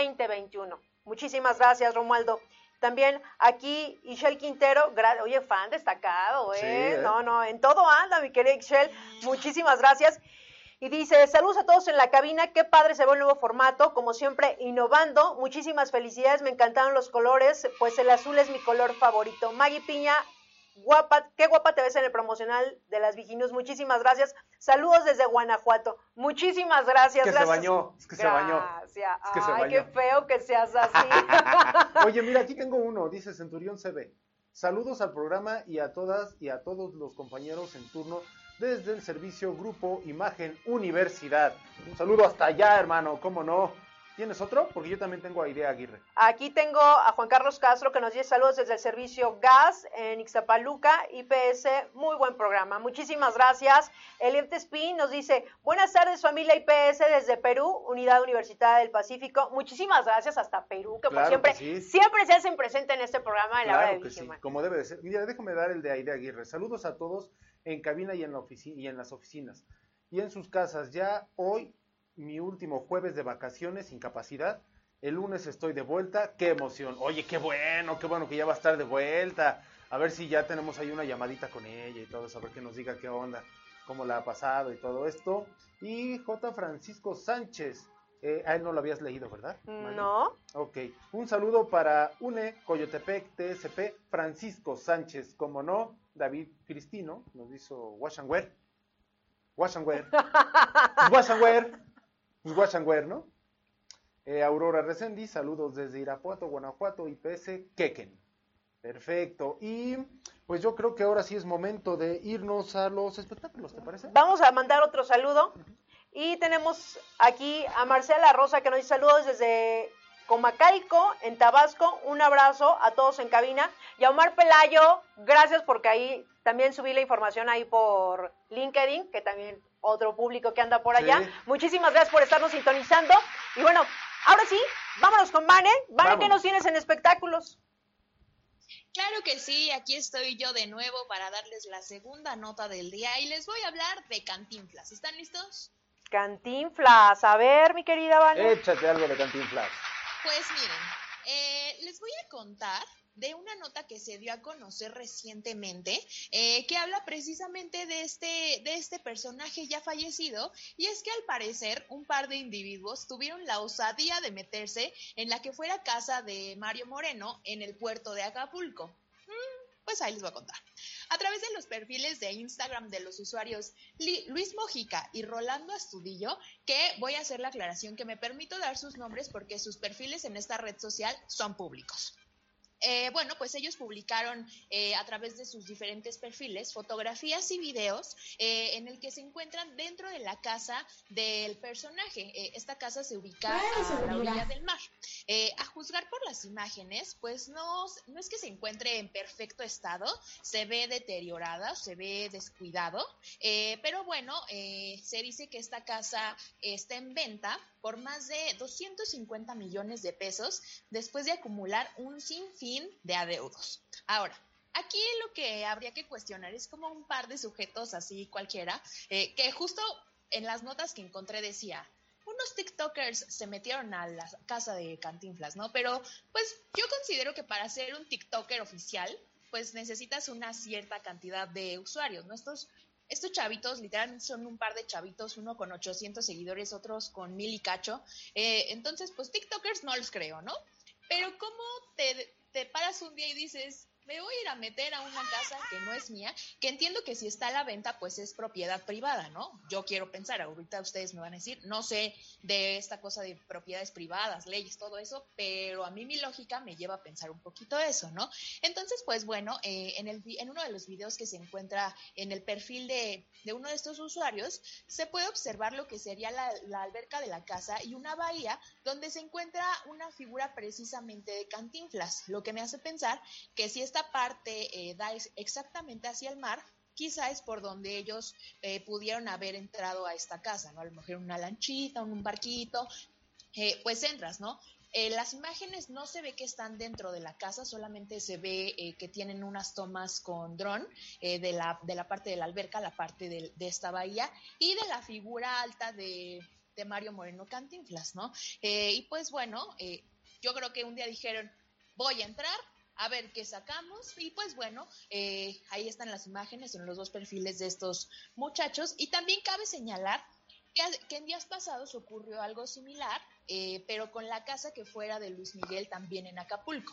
2021. Muchísimas gracias, Romualdo. También aquí Ishel Quintero, oye, fan destacado, ¿eh? Sí, No, en todo anda, mi querida Ishel. Muchísimas gracias. Y dice, saludos a todos en la cabina, qué padre se ve el nuevo formato, como siempre innovando, muchísimas felicidades, me encantaron los colores, pues el azul es mi color favorito. Maggie Piña, guapa, qué guapa te ves en el promocional de las Viginews, muchísimas gracias, saludos desde Guanajuato, muchísimas gracias. Se bañó, es que se bañó. Ay, qué feo que seas así. Oye, mira, aquí tengo uno, dice Centurión CB, saludos al programa y a todas y a todos los compañeros en turno desde el servicio Grupo Imagen Universidad. Un saludo hasta allá, hermano, ¿cómo no? ¿Tienes otro? Porque yo también tengo a Idea Aguirre. Aquí tengo a Juan Carlos Castro que nos dice saludos desde el servicio Gas en Ixtapaluca, IPS, muy buen programa. Muchísimas gracias. Eliot Spin nos dice, buenas tardes familia IPS desde Perú, Unidad Universitaria del Pacífico. Muchísimas gracias hasta Perú, que claro por siempre se hacen presente en este programa en la hora de Vigiman. Sí, como debe de ser. Mira, déjame dar el de Aide Aguirre. Saludos a todos en cabina y en las oficinas y en sus casas. Ya hoy mi último jueves de vacaciones sin capacidad, el lunes estoy de vuelta, qué emoción, oye, qué bueno que ya va a estar de vuelta, a ver si ya tenemos ahí una llamadita con ella y todo eso, a ver que nos diga qué onda, cómo la ha pasado y todo esto. Y J. Francisco Sánchez, a él no lo habías leído, ¿verdad? No. Ok, un saludo para UNE Coyotepec TSP, Francisco Sánchez, como no, David Cristino, nos hizo Wash and Wear, ¿no? Aurora Resendi, saludos desde Irapuato, Guanajuato, IPS, Quequén. Perfecto. Y pues yo creo que ahora sí es momento de irnos a los espectáculos, ¿te parece? Vamos a mandar otro saludo. Y tenemos aquí a Marcela Rosa que nos dice saludos desde Comacalco, en Tabasco. Un abrazo a todos en cabina. Y a Omar Pelayo, gracias porque ahí también subí la información ahí por LinkedIn, que también otro público que anda por allá. Sí. Muchísimas gracias por estarnos sintonizando. Y bueno, ahora sí, vámonos con Vane. Vane, ¿qué nos tienes en espectáculos? Claro que sí, aquí estoy yo de nuevo para darles la segunda nota del día y les voy a hablar de Cantinflas. ¿Están listos? Cantinflas, a ver, mi querida Vane. Échate algo de Cantinflas. Pues miren, les voy a contar de una nota que se dio a conocer recientemente, que habla precisamente de este personaje ya fallecido, y es que al parecer un par de individuos tuvieron la osadía de meterse en la que fuera casa de Mario Moreno en el puerto de Acapulco. Pues ahí les voy a contar. A través de los perfiles de Instagram de los usuarios Luis Mojica y Rolando Astudillo, que voy a hacer la aclaración que me permito dar sus nombres porque sus perfiles en esta red social son públicos. Bueno, pues ellos publicaron a través de sus diferentes perfiles fotografías y videos en el que se encuentran dentro de la casa del personaje. Esta casa se ubica a la orilla del mar. A juzgar por las imágenes, pues no es que se encuentre en perfecto estado, se ve deteriorada, se ve descuidado, pero bueno, se dice que esta casa está en venta por más de 250 millones de pesos después de acumular un sinfín de adeudos. Ahora, aquí lo que habría que cuestionar es como un par de sujetos así cualquiera, que justo en las notas que encontré decía, unos TikTokers se metieron a la casa de Cantinflas, ¿no? Pero pues yo considero que para ser un TikToker oficial, pues necesitas una cierta cantidad de usuarios, ¿no? Estos chavitos, literalmente son un par de chavitos, uno con 800 seguidores, otros con 1000 y cacho. Entonces, pues TikTokers no los creo, ¿no? Pero ¿cómo te paras un día y dices, me voy a ir a meter a una casa que no es mía, que entiendo que si está a la venta, pues es propiedad privada, ¿no? Yo quiero pensar, ahorita ustedes me van a decir, no sé de esta cosa de propiedades privadas, leyes, todo eso, pero a mí mi lógica me lleva a pensar un poquito eso, ¿no? Entonces, pues bueno, en uno de los videos que se encuentra en el perfil de uno de estos usuarios, se puede observar lo que sería la alberca de la casa y una bahía donde se encuentra una figura precisamente de Cantinflas, lo que me hace pensar que si esta parte da exactamente hacia el mar, quizá es por donde ellos pudieron haber entrado a esta casa, ¿no? A lo mejor una lanchita, un barquito, pues entras, ¿no? Las imágenes no se ve que están dentro de la casa, solamente se ve que tienen unas tomas con dron de la parte de la alberca, la parte de esta bahía y de la figura alta de Mario Moreno Cantinflas, ¿no? Y pues bueno, yo creo que un día dijeron, voy a entrar, a ver qué sacamos, y pues bueno, ahí están las imágenes en los dos perfiles de estos muchachos, y también cabe señalar que en días pasados ocurrió algo similar, pero con la casa que fuera de Luis Miguel también en Acapulco.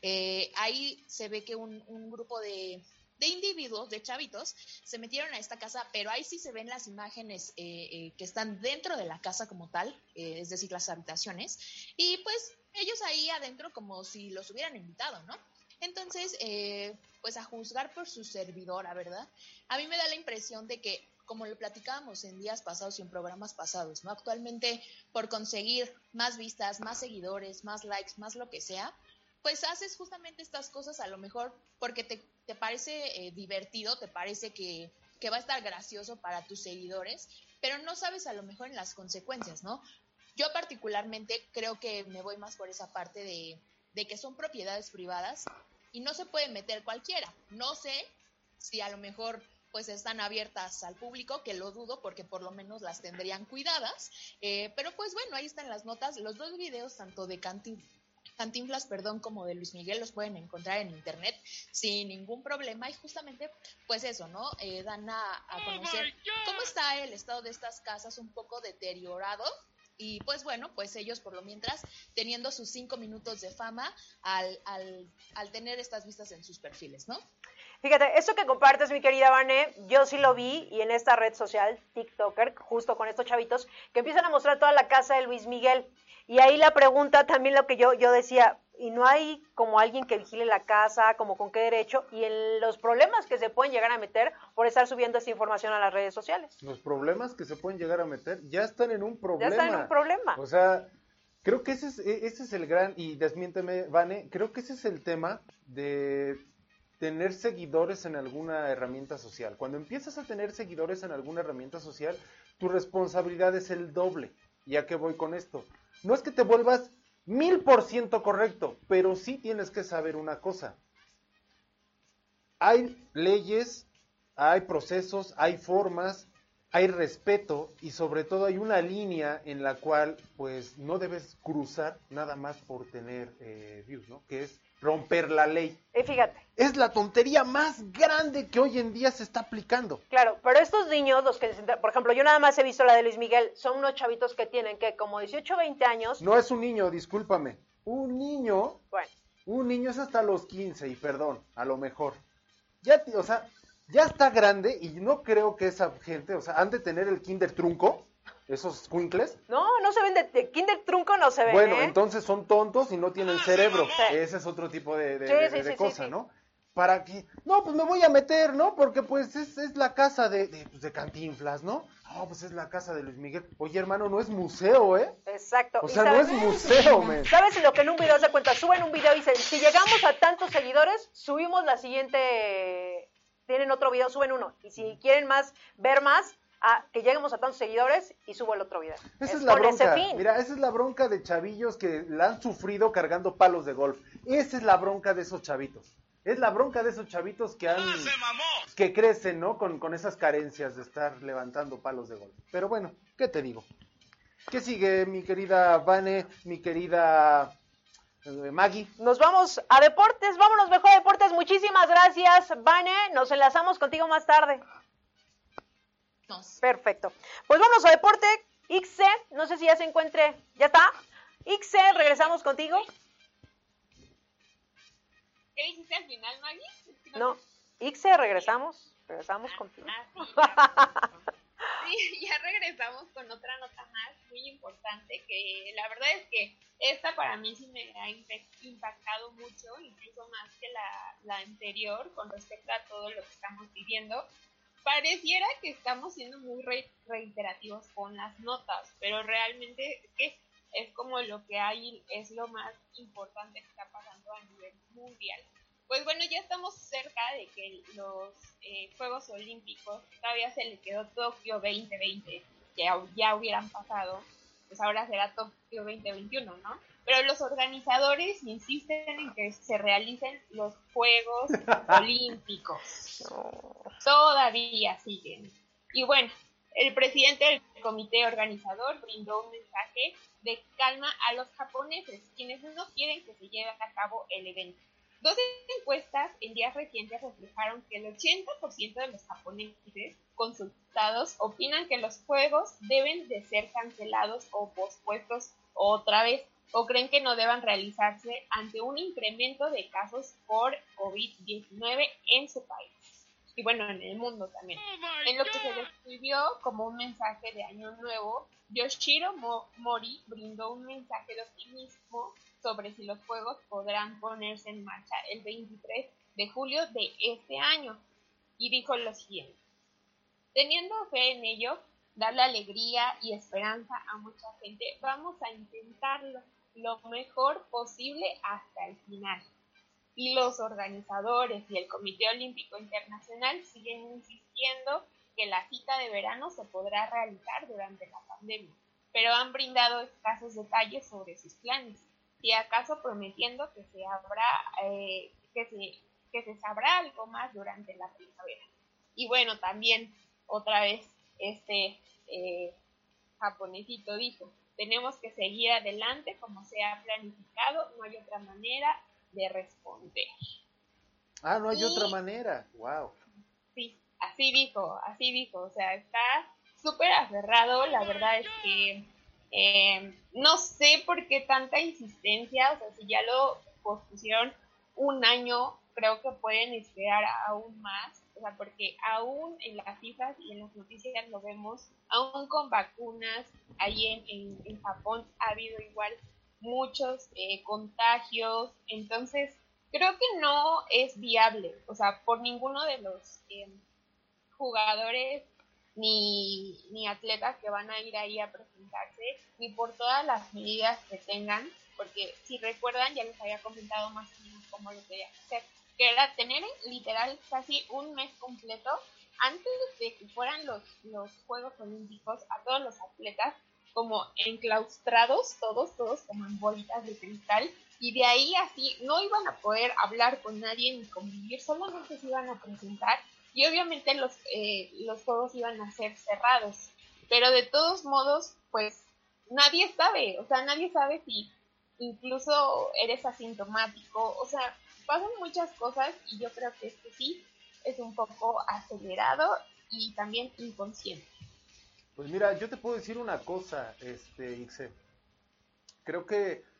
Ahí se ve que un grupo de individuos, de chavitos, se metieron a esta casa, pero ahí sí se ven las imágenes que están dentro de la casa como tal, es decir, las habitaciones, y pues ellos ahí adentro como si los hubieran invitado, ¿no? Entonces, pues a juzgar por su servidora, ¿verdad? A mí me da la impresión de que, como lo platicábamos en días pasados y en programas pasados, ¿no? Actualmente, por conseguir más vistas, más seguidores, más likes, más lo que sea, pues haces justamente estas cosas a lo mejor porque te parece divertido, te parece que va a estar gracioso para tus seguidores, pero no sabes a lo mejor en las consecuencias, ¿no? Yo particularmente creo que me voy más por esa parte de que son propiedades privadas y no se puede meter cualquiera. No sé si a lo mejor pues están abiertas al público, que lo dudo porque por lo menos las tendrían cuidadas, pero pues bueno, ahí están las notas, los dos videos tanto de Cantinflas, como de Luis Miguel los pueden encontrar en internet sin ningún problema y justamente pues eso, ¿no? Dan a conocer cómo está el estado de estas casas un poco deteriorado. Y pues bueno, pues ellos por lo mientras teniendo sus 5 minutos de fama al tener estas vistas en sus perfiles, ¿no? Fíjate, esto que compartes, mi querida Vane, yo sí lo vi y en esta red social, TikToker, justo con estos chavitos, que empiezan a mostrar toda la casa de Luis Miguel. Y ahí la pregunta también lo que yo decía, ¿y no hay como alguien que vigile la casa, como con qué derecho? Y en los problemas que se pueden llegar a meter por estar subiendo esta información a las redes sociales. Los problemas que se pueden llegar a meter ya están en un problema. Ya están en un problema. O sea, creo que ese es el gran, y desmiénteme, Vane, creo que ese es el tema de tener seguidores en alguna herramienta social. Cuando empiezas a tener seguidores en alguna herramienta social, tu responsabilidad es el doble. ¿Y a qué voy con esto? No es que te vuelvas 1000% correcto, pero sí tienes que saber una cosa. Hay leyes, hay procesos, hay formas, hay respeto y sobre todo hay una línea en la cual pues no debes cruzar nada más por tener views, ¿no? Que es romper la ley. Y fíjate. Es la tontería más grande que hoy en día se está aplicando. Claro, pero estos niños, los que, por ejemplo, yo nada más he visto la de Luis Miguel, son unos chavitos que tienen que como 18 o 20 años. No es un niño, discúlpame. Un niño, bueno, un niño es hasta los 15 y perdón, a lo mejor. o sea, ya está grande y no creo que esa gente, o sea, han de tener el kinder trunco, esos squinkles. No se ven de Kinder Trunco, no se ven, Bueno, entonces son tontos y no tienen cerebro. Sí. Ese es otro tipo de Sí, cosa, sí. ¿no? Para que, no, pues me voy a meter, ¿no? Porque pues es la casa de Cantinflas, ¿no? No, pues es la casa de Luis Miguel. Oye, hermano, no es museo, ¿eh? Exacto. O ¿Y sea, no es museo, men. ¿Sabes lo que en un video se cuenta? Suben un video y dicen, si llegamos a tantos seguidores, subimos la siguiente... Tienen otro video, suben uno. Y si quieren ver más, que lleguemos a tantos seguidores y subo el otro video. Esa es la con ese bronca. fin. Mira, esa es la bronca de chavillos que la han sufrido cargando palos de golf. Esa es la bronca de esos chavitos. Es la bronca de esos chavitos que crecen, ¿no? Con esas carencias de estar levantando palos de golf. Pero bueno, ¿qué te digo? ¿Qué sigue, mi querida Vane, mi querida Maggie? Nos vamos a deportes, vámonos mejor a deportes. Muchísimas gracias, Vane. Nos enlazamos contigo más tarde. Perfecto. Pues vámonos a deporte. Ixe, no sé si ya se encuentre. ¿Ya está? Ixe, regresamos contigo. ¿Qué dijiste al final, Maggie? No, Ixe, regresamos contigo. Sí, ya regresamos con otra nota más muy importante, que la verdad es que esta para mí sí me ha impactado mucho, incluso más que la anterior, con respecto a todo lo que estamos viviendo. Pareciera que estamos siendo muy reiterativos con las notas, pero realmente es como lo que hay, es lo más importante que está pasando a nivel mundial. Pues bueno, ya estamos cerca de que los Juegos Olímpicos, todavía se le quedó Tokio 2020, que ya hubieran pasado, pues ahora será Tokio 2021, ¿no? Pero los organizadores insisten en que se realicen los Juegos Olímpicos. Todavía siguen. Y bueno, el presidente del comité organizador brindó un mensaje de calma a los japoneses, quienes no quieren que se lleve a cabo el evento. 2 encuestas en días recientes reflejaron que el 80% de los japoneses consultados opinan que los juegos deben de ser cancelados o pospuestos otra vez, o creen que no deban realizarse ante un incremento de casos por COVID-19 en su país. Y bueno, en el mundo también. En lo que se describió como un mensaje de Año Nuevo, Yoshiro Mori brindó un mensaje de optimismo sobre si los juegos podrán ponerse en marcha el 23 de julio de este año. Y dijo lo siguiente: teniendo fe en ello, darle alegría y esperanza a mucha gente, vamos a intentarlo lo mejor posible hasta el final. Y los organizadores y el Comité Olímpico Internacional siguen insistiendo que la cita de verano se podrá realizar durante la pandemia, pero han brindado escasos detalles sobre sus planes, y acaso prometiendo que se sabrá algo más durante la primavera. Y bueno, también otra vez japonesito dijo: tenemos que seguir adelante como se ha planificado, no hay otra manera de responder. No hay otra manera. Wow. Sí, así dijo, o sea, está súper aferrado. La verdad es que no sé por qué tanta insistencia, o sea, si ya lo pospusieron un año, creo que pueden esperar aún más, o sea, porque aún en las cifras y en las noticias lo vemos, aún con vacunas, ahí en Japón ha habido igual muchos contagios, entonces creo que no es viable, o sea, por ninguno de los jugadores ni atletas que van a ir ahí a presentarse, ni por todas las medidas que tengan, porque si recuerdan, ya les había comentado más o menos cómo lo querían hacer, que era tener literal casi un mes completo antes de que fueran los Juegos Olímpicos a todos los atletas como enclaustrados, todos como en bolitas de cristal, y de ahí así no iban a poder hablar con nadie ni convivir, solamente se iban a presentar, y obviamente los juegos iban a ser cerrados, pero de todos modos, pues nadie sabe, o sea, nadie sabe si incluso eres asintomático, o sea, pasan muchas cosas, y yo creo que este sí es un poco acelerado y también inconsciente. Pues mira, yo te puedo decir una cosa, Ixe. Creo que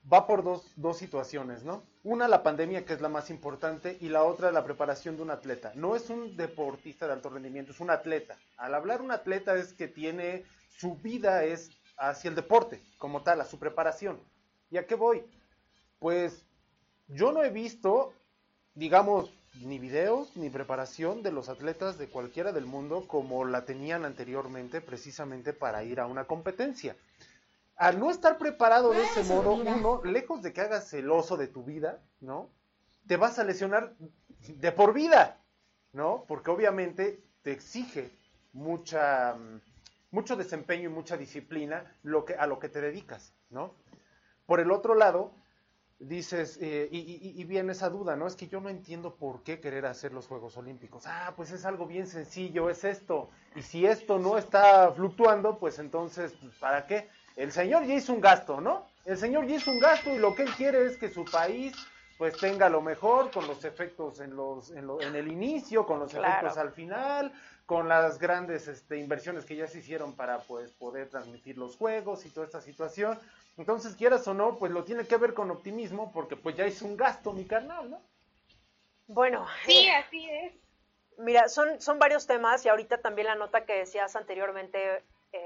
va por dos situaciones, ¿no? Una, la pandemia, que es la más importante, y la otra, la preparación de un atleta. No es un deportista de alto rendimiento, es un atleta. Al hablar un atleta es que tiene, su vida es hacia el deporte, como tal, a su preparación. ¿Y a qué voy? Pues yo no he visto, digamos, ni videos, ni preparación de los atletas de cualquiera del mundo como la tenían anteriormente, precisamente para ir a una competencia. Al no estar preparado de ese modo, uno, lejos de que hagas el oso de tu vida, ¿no? Te vas a lesionar de por vida, ¿no? Porque obviamente te exige mucho desempeño y mucha disciplina a lo que te dedicas, ¿no? Por el otro lado, dices, y viene esa duda, ¿no? Es que yo no entiendo por qué querer hacer los Juegos Olímpicos. Pues es algo bien sencillo, es esto. Y si esto no está fluctuando, pues entonces, ¿para qué? El señor ya hizo un gasto, ¿no? El señor ya hizo un gasto y lo que él quiere es que su país pues tenga lo mejor, con los efectos en el inicio, con los efectos al final, con las grandes inversiones que ya se hicieron para pues poder transmitir los juegos y toda esta situación. Entonces, quieras o no, pues lo tiene que ver con optimismo porque pues ya hizo un gasto mi carnal, ¿no? Bueno. Sí, así es. Mira, son varios temas y ahorita también la nota que decías anteriormente,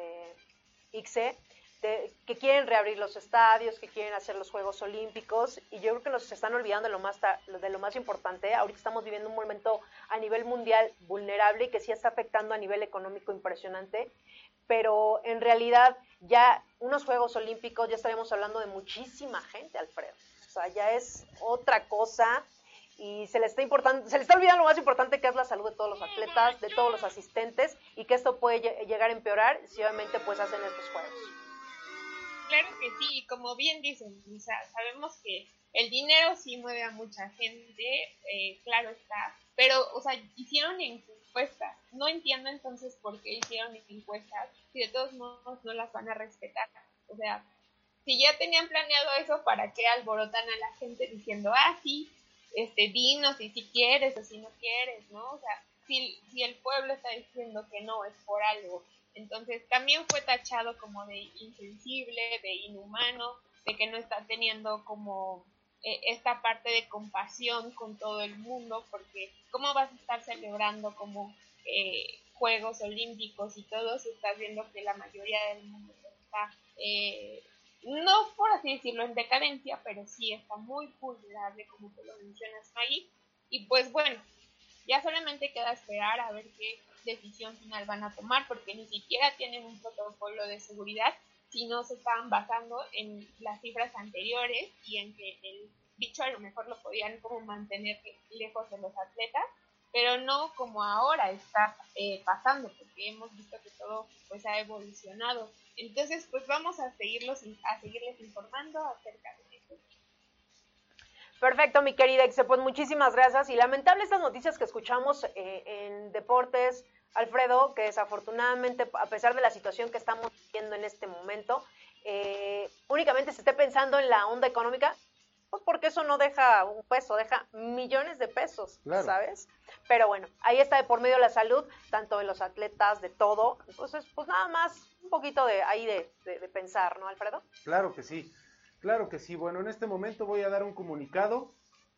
Ixe, que quieren reabrir los estadios, que quieren hacer los Juegos Olímpicos, y yo creo que nos están olvidando de lo más importante. Ahorita estamos viviendo un momento a nivel mundial vulnerable y que sí está afectando a nivel económico impresionante, pero en realidad ya unos Juegos Olímpicos ya estaríamos hablando de muchísima gente, Alfredo. O sea, ya es otra cosa y se le está olvidando lo más importante, que es la salud de todos los atletas, de todos los asistentes, y que esto puede llegar a empeorar si obviamente pues hacen estos juegos. Claro que sí, como bien dicen, o sea, sabemos que el dinero sí mueve a mucha gente, claro está, pero, o sea, hicieron encuestas. No entiendo entonces por qué hicieron encuestas si de todos modos no las van a respetar. O sea, si ya tenían planeado eso, ¿para qué alborotan a la gente diciendo, sí, dinos si quieres o si no quieres, ¿no? O sea, si el pueblo está diciendo que no, es por algo. Entonces también fue tachado como de insensible, de inhumano, de que no está teniendo como esta parte de compasión con todo el mundo, porque ¿cómo vas a estar celebrando como Juegos Olímpicos y todo si estás viendo que la mayoría del mundo está, no por así decirlo en decadencia, pero sí está muy vulnerable, como tú lo mencionas, Maggie? Y pues bueno, ya solamente queda esperar a ver qué decisión final van a tomar, porque ni siquiera tienen un protocolo de seguridad, si no se estaban basando en las cifras anteriores y en que el bicho a lo mejor lo podían como mantener lejos de los atletas, pero no como ahora está pasando, porque hemos visto que todo pues ha evolucionado. Entonces pues vamos a seguirles informando acerca de eso. Perfecto, mi querida Ixe, pues muchísimas gracias. Y lamentable estas noticias que escuchamos en deportes, Alfredo, que desafortunadamente, a pesar de la situación que estamos viviendo en este momento, únicamente se esté pensando en la onda económica, pues porque eso no deja un peso, deja millones de pesos, claro. ¿Sabes? Pero bueno, ahí está de por medio la salud, tanto de los atletas, de todo. Entonces, pues nada más un poquito de pensar, ¿no, Alfredo? Claro que sí. Claro que sí. Bueno, en este momento voy a dar un comunicado.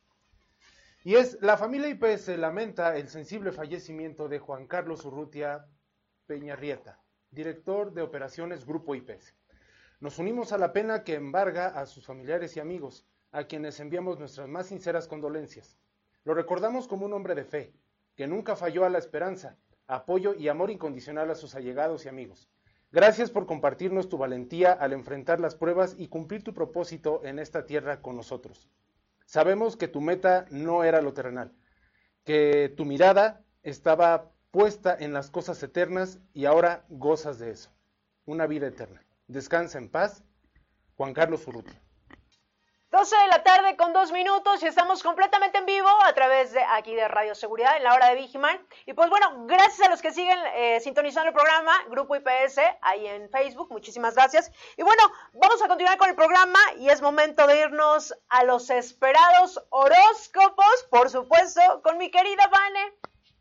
Y la familia IPS lamenta el sensible fallecimiento de Juan Carlos Urrutia Peñarrieta, director de operaciones Grupo IPS. Nos unimos a la pena que embarga a sus familiares y amigos, a quienes enviamos nuestras más sinceras condolencias. Lo recordamos como un hombre de fe, que nunca falló a la esperanza, apoyo y amor incondicional a sus allegados y amigos. Gracias por compartirnos tu valentía al enfrentar las pruebas y cumplir tu propósito en esta tierra con nosotros. Sabemos que tu meta no era lo terrenal, que tu mirada estaba puesta en las cosas eternas y ahora gozas de eso, una vida eterna. Descansa en paz, Juan Carlos Urrutia. 12 de la tarde con 2 minutos y estamos completamente en vivo a través de aquí de Radio Seguridad en la hora de Vigiman. Y pues bueno, gracias a los que siguen sintonizando el programa, Grupo IPS, ahí en Facebook, muchísimas gracias. Y bueno, vamos a continuar con el programa y es momento de irnos a los esperados horóscopos, por supuesto, con mi querida Vane.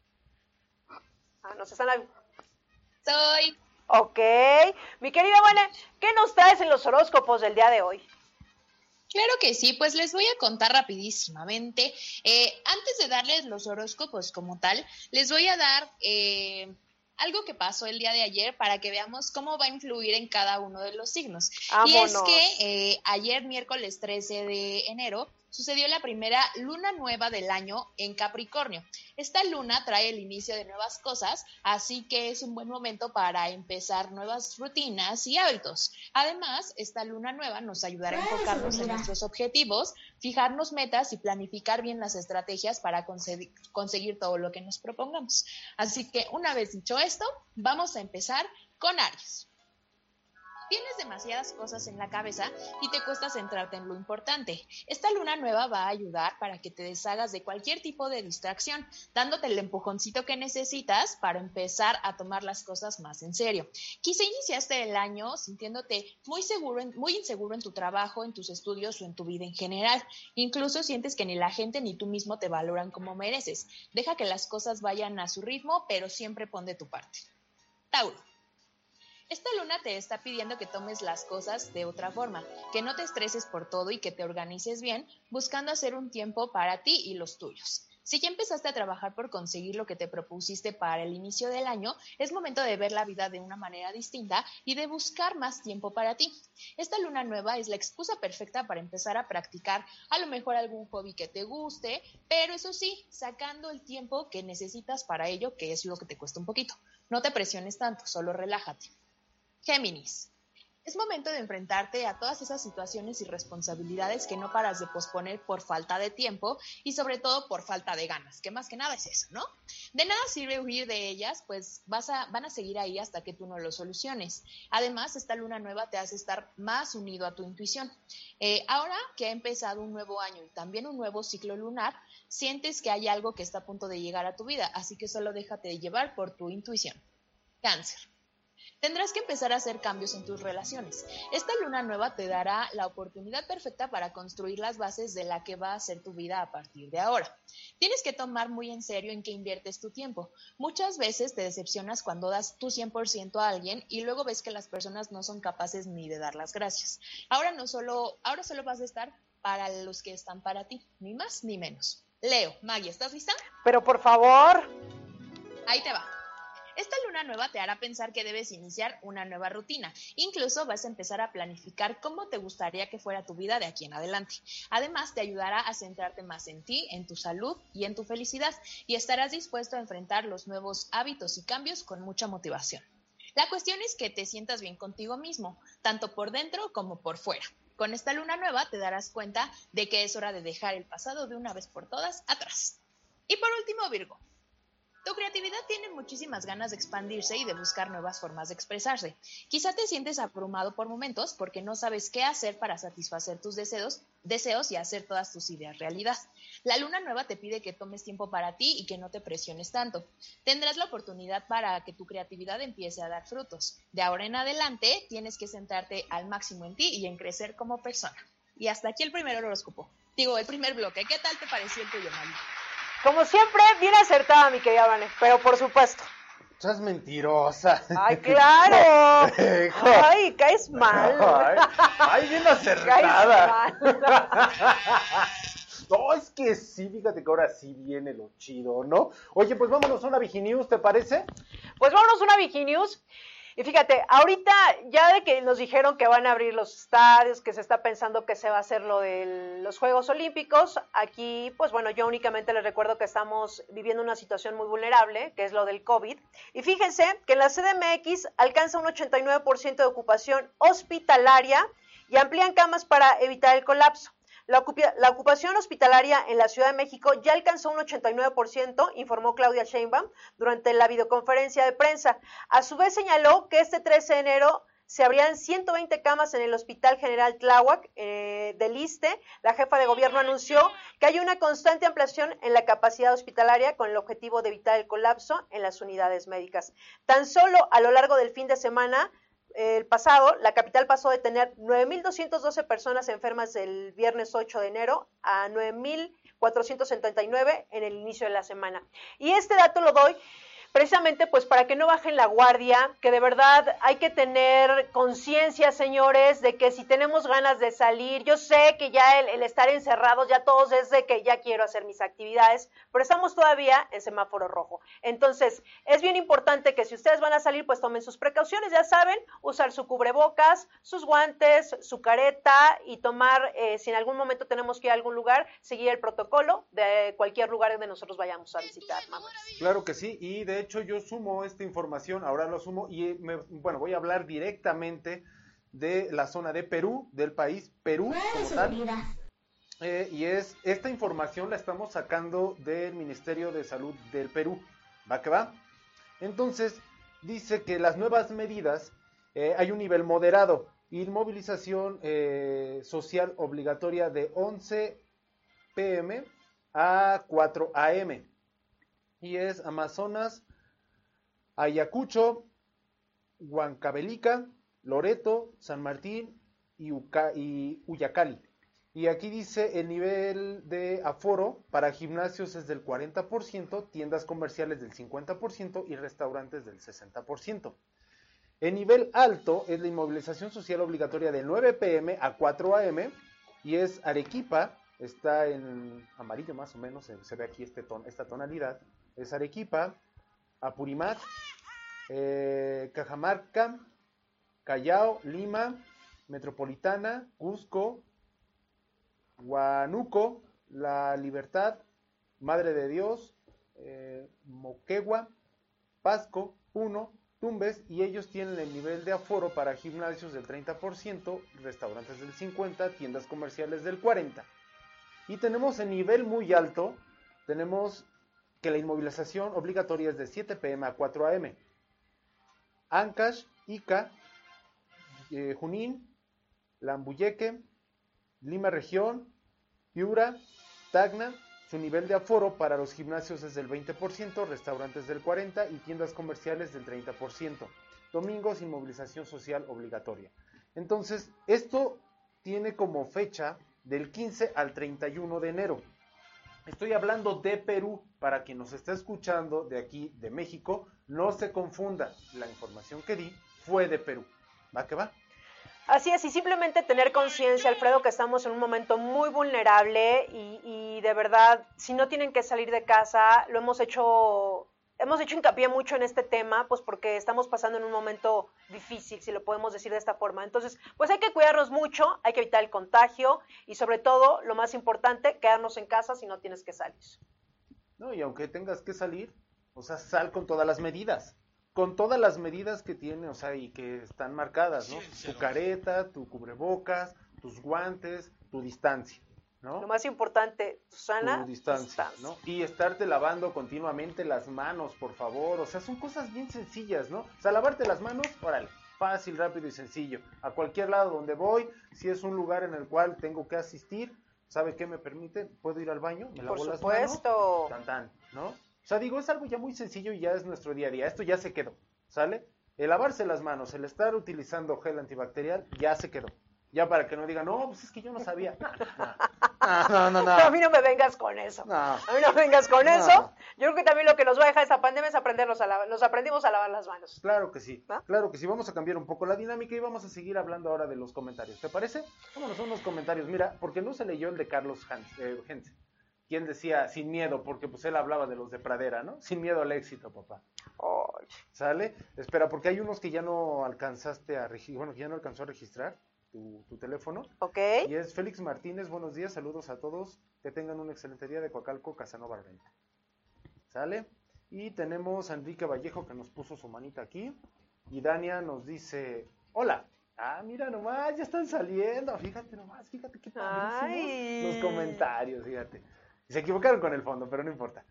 Nos están... Soy. Ok, mi querida Vane, ¿qué nos traes en los horóscopos del día de hoy? Claro que sí, pues les voy a contar rapidísimamente. Antes de darles los horóscopos como tal, les voy a dar algo que pasó el día de ayer para que veamos cómo va a influir en cada uno de los signos. ¡Vámonos! Y es que ayer, miércoles 13 de enero, sucedió la primera luna nueva del año en Capricornio. Esta luna trae el inicio de nuevas cosas, así que es un buen momento para empezar nuevas rutinas y hábitos. Además, esta luna nueva nos ayudará a enfocarnos en nuestros objetivos, fijarnos metas y planificar bien las estrategias para conseguir todo lo que nos propongamos. Así que una vez dicho esto, vamos a empezar con Aries. Tienes demasiadas cosas en la cabeza y te cuesta centrarte en lo importante. Esta luna nueva va a ayudar para que te deshagas de cualquier tipo de distracción, dándote el empujoncito que necesitas para empezar a tomar las cosas más en serio. Quizá iniciaste el año sintiéndote muy inseguro en tu trabajo, en tus estudios o en tu vida en general. Incluso sientes que ni la gente ni tú mismo te valoran como mereces. Deja que las cosas vayan a su ritmo, pero siempre pon de tu parte. Tauro. Esta luna te está pidiendo que tomes las cosas de otra forma, que no te estreses por todo y que te organices bien, buscando hacer un tiempo para ti y los tuyos. Si ya empezaste a trabajar por conseguir lo que te propusiste para el inicio del año, es momento de ver la vida de una manera distinta y de buscar más tiempo para ti. Esta luna nueva es la excusa perfecta para empezar a practicar a lo mejor algún hobby que te guste, pero eso sí, sacando el tiempo que necesitas para ello, que es lo que te cuesta un poquito. No te presiones tanto, solo relájate. Géminis. Es momento de enfrentarte a todas esas situaciones y responsabilidades que no paras de posponer por falta de tiempo y sobre todo por falta de ganas, que más que nada es eso, ¿no? De nada sirve huir de ellas, pues van a seguir ahí hasta que tú no lo soluciones. Además, esta luna nueva te hace estar más unido a tu intuición. Ahora que ha empezado un nuevo año y también un nuevo ciclo lunar, sientes que hay algo que está a punto de llegar a tu vida, así que solo déjate llevar por tu intuición. Cáncer. Tendrás que empezar a hacer cambios en tus relaciones. Esta luna nueva te dará la oportunidad perfecta para construir las bases de la que va a ser tu vida a partir de ahora. Tienes que tomar muy en serio en qué inviertes tu tiempo. Muchas veces te decepcionas cuando das tu 100% a alguien y luego ves que las personas no son capaces ni de dar las gracias. Ahora solo vas a estar para los que están para ti, ni más ni menos. Leo, Maggie, ¿estás lista? Pero por favor. Ahí te va. Esta luna nueva te hará pensar que debes iniciar una nueva rutina. Incluso vas a empezar a planificar cómo te gustaría que fuera tu vida de aquí en adelante. Además, te ayudará a centrarte más en ti, en tu salud y en tu felicidad, y estarás dispuesto a enfrentar los nuevos hábitos y cambios con mucha motivación. La cuestión es que te sientas bien contigo mismo, tanto por dentro como por fuera. Con esta luna nueva te darás cuenta de que es hora de dejar el pasado de una vez por todas atrás. Y por último, Virgo. Tu creatividad tiene muchísimas ganas de expandirse y de buscar nuevas formas de expresarse. Quizá te sientes abrumado por momentos porque no sabes qué hacer para satisfacer tus deseos y hacer todas tus ideas realidad. La luna nueva te pide que tomes tiempo para ti y que no te presiones tanto. Tendrás la oportunidad para que tu creatividad empiece a dar frutos. De ahora en adelante tienes que centrarte al máximo en ti y en crecer como persona. Y hasta aquí el primer horóscopo. El primer bloque. ¿Qué tal te pareció el tuyo, Mali? Como siempre, bien acertada, mi querida Vane, pero por supuesto. Estás mentirosa. ¡Ay, claro! ¡Ay, caes mal! ¡Ay, bien acertada! Caes mal. No, es que sí, fíjate que ahora sí viene lo chido, ¿no? Oye, pues vámonos a una Viginews, ¿te parece? Pues vámonos a una Viginews. Y fíjate, ahorita ya de que nos dijeron que van a abrir los estadios, que se está pensando que se va a hacer lo de los Juegos Olímpicos, aquí, pues bueno, yo únicamente les recuerdo que estamos viviendo una situación muy vulnerable, que es lo del COVID. Y fíjense que en la CDMX alcanza un 89% de ocupación hospitalaria y amplían camas para evitar el colapso. La ocupación hospitalaria en la Ciudad de México ya alcanzó un 89%, informó Claudia Sheinbaum durante la videoconferencia de prensa. A su vez señaló que este 13 de enero se abrirán 120 camas en el Hospital General Tláhuac del ISSSTE. La jefa de gobierno anunció que hay una constante ampliación en la capacidad hospitalaria con el objetivo de evitar el colapso en las unidades médicas. Tan solo a lo largo del fin de semana, el pasado, la capital pasó de tener 9.212 personas enfermas el viernes 8 de enero a 9.479 en el inicio de la semana. Y este dato lo doy precisamente pues para que no bajen la guardia, que de verdad hay que tener conciencia, señores, de que si tenemos ganas de salir, yo sé que ya el estar encerrados, ya todos es de que ya quiero hacer mis actividades, pero estamos todavía en semáforo rojo. Entonces, es bien importante que si ustedes van a salir, pues tomen sus precauciones, ya saben, usar su cubrebocas, sus guantes, su careta y tomar, si en algún momento tenemos que ir a algún lugar, seguir el protocolo de cualquier lugar donde nosotros vayamos a visitar, mamás. Claro que sí, y de hecho yo sumo esta información, ahora lo sumo, y voy a hablar directamente de la zona de Perú, del país Perú como tal. Y esta información la estamos sacando del Ministerio de Salud del Perú, ¿va que va? Entonces, dice que las nuevas medidas, hay un nivel moderado, inmovilización social obligatoria de 11 p.m. a 4 a.m., y es Amazonas, Ayacucho, Huancavelica, Loreto, San Martín y Uyacali. Y aquí dice el nivel de aforo para gimnasios es del 40%, tiendas comerciales del 50% y restaurantes del 60%. El nivel alto es la inmovilización social obligatoria de 9 p.m. a 4 a.m. y es Arequipa, está en amarillo más o menos, se ve aquí esta tonalidad. Es Arequipa, Apurímac, Cajamarca, Callao, Lima, Metropolitana, Cusco, Huánuco, La Libertad, Madre de Dios, Moquegua, Pasco, Puno, Tumbes, y ellos tienen el nivel de aforo para gimnasios del 30%, restaurantes del 50%, tiendas comerciales del 40%. Y tenemos el nivel muy alto, tenemos que la inmovilización obligatoria es de 7 p.m. a 4 a.m. Ancash, Ica, Junín, Lambuyeque, Lima Región, Piura, Tacna, su nivel de aforo para los gimnasios es del 20%, restaurantes del 40% y tiendas comerciales del 30%. Domingos, inmovilización social obligatoria. Entonces, esto tiene como fecha del 15 al 31 de enero. Estoy hablando de Perú, para quien nos está escuchando de aquí, de México, no se confunda, la información que di fue de Perú. ¿Va que va? Así es, y simplemente tener conciencia, Alfredo, que estamos en un momento muy vulnerable y de verdad, si no tienen que salir de casa, hemos hecho hincapié mucho en este tema, pues porque estamos pasando en un momento difícil, si lo podemos decir de esta forma. Entonces, pues hay que cuidarnos mucho, hay que evitar el contagio y sobre todo, lo más importante, quedarnos en casa si no tienes que salir. No, y aunque tengas que salir, o sea, sal con todas las medidas. Con todas las medidas que tiene, o sea, y que están marcadas, ¿no? Tu careta, tu cubrebocas, tus guantes, tu distancia, ¿no? Lo más importante, Susana, tu distancia, ¿no? Y estarte lavando continuamente las manos, por favor. O sea, son cosas bien sencillas, ¿no? O sea, lavarte las manos, órale, fácil, rápido y sencillo. A cualquier lado donde voy, si es un lugar en el cual tengo que asistir, ¿sabe qué me permite? ¿Puedo ir al baño? ¿Me lavo las manos? Tan, tan, ¿no? O sea, digo, es algo ya muy sencillo y ya es nuestro día a día. Esto ya se quedó, ¿sale? El lavarse las manos, el estar utilizando gel antibacterial, ya se quedó. Ya para que no digan, no, pues es que yo no sabía. No. A mí no me vengas con eso. No. A mí no me vengas con eso. Yo creo que también lo que nos va a dejar esta pandemia es nos aprendimos a lavar las manos. Claro que sí, ¿no? Claro que sí. Vamos a cambiar un poco la dinámica y vamos a seguir hablando ahora de los comentarios. ¿Te parece? Vámonos a unos comentarios. Mira, porque no se leyó el de Carlos Hense. Quien decía sin miedo, porque pues él hablaba de los de pradera, ¿no? Sin miedo al éxito, papá. Oh. ¿Sale? Espera, porque hay unos que ya no alcanzaste a registrar, bueno, que ya no alcanzó a registrar tu teléfono. Ok. Y es Félix Martínez, buenos días, saludos a todos, que tengan un excelente día de Coacalco, Casanova Renta. ¿Sale? Y tenemos a Enrique Vallejo que nos puso su manita aquí. Y Dania nos dice, hola. Ah, mira nomás, ya están saliendo, fíjate qué padrísimos los comentarios, fíjate. Se equivocaron con el fondo, pero no importa.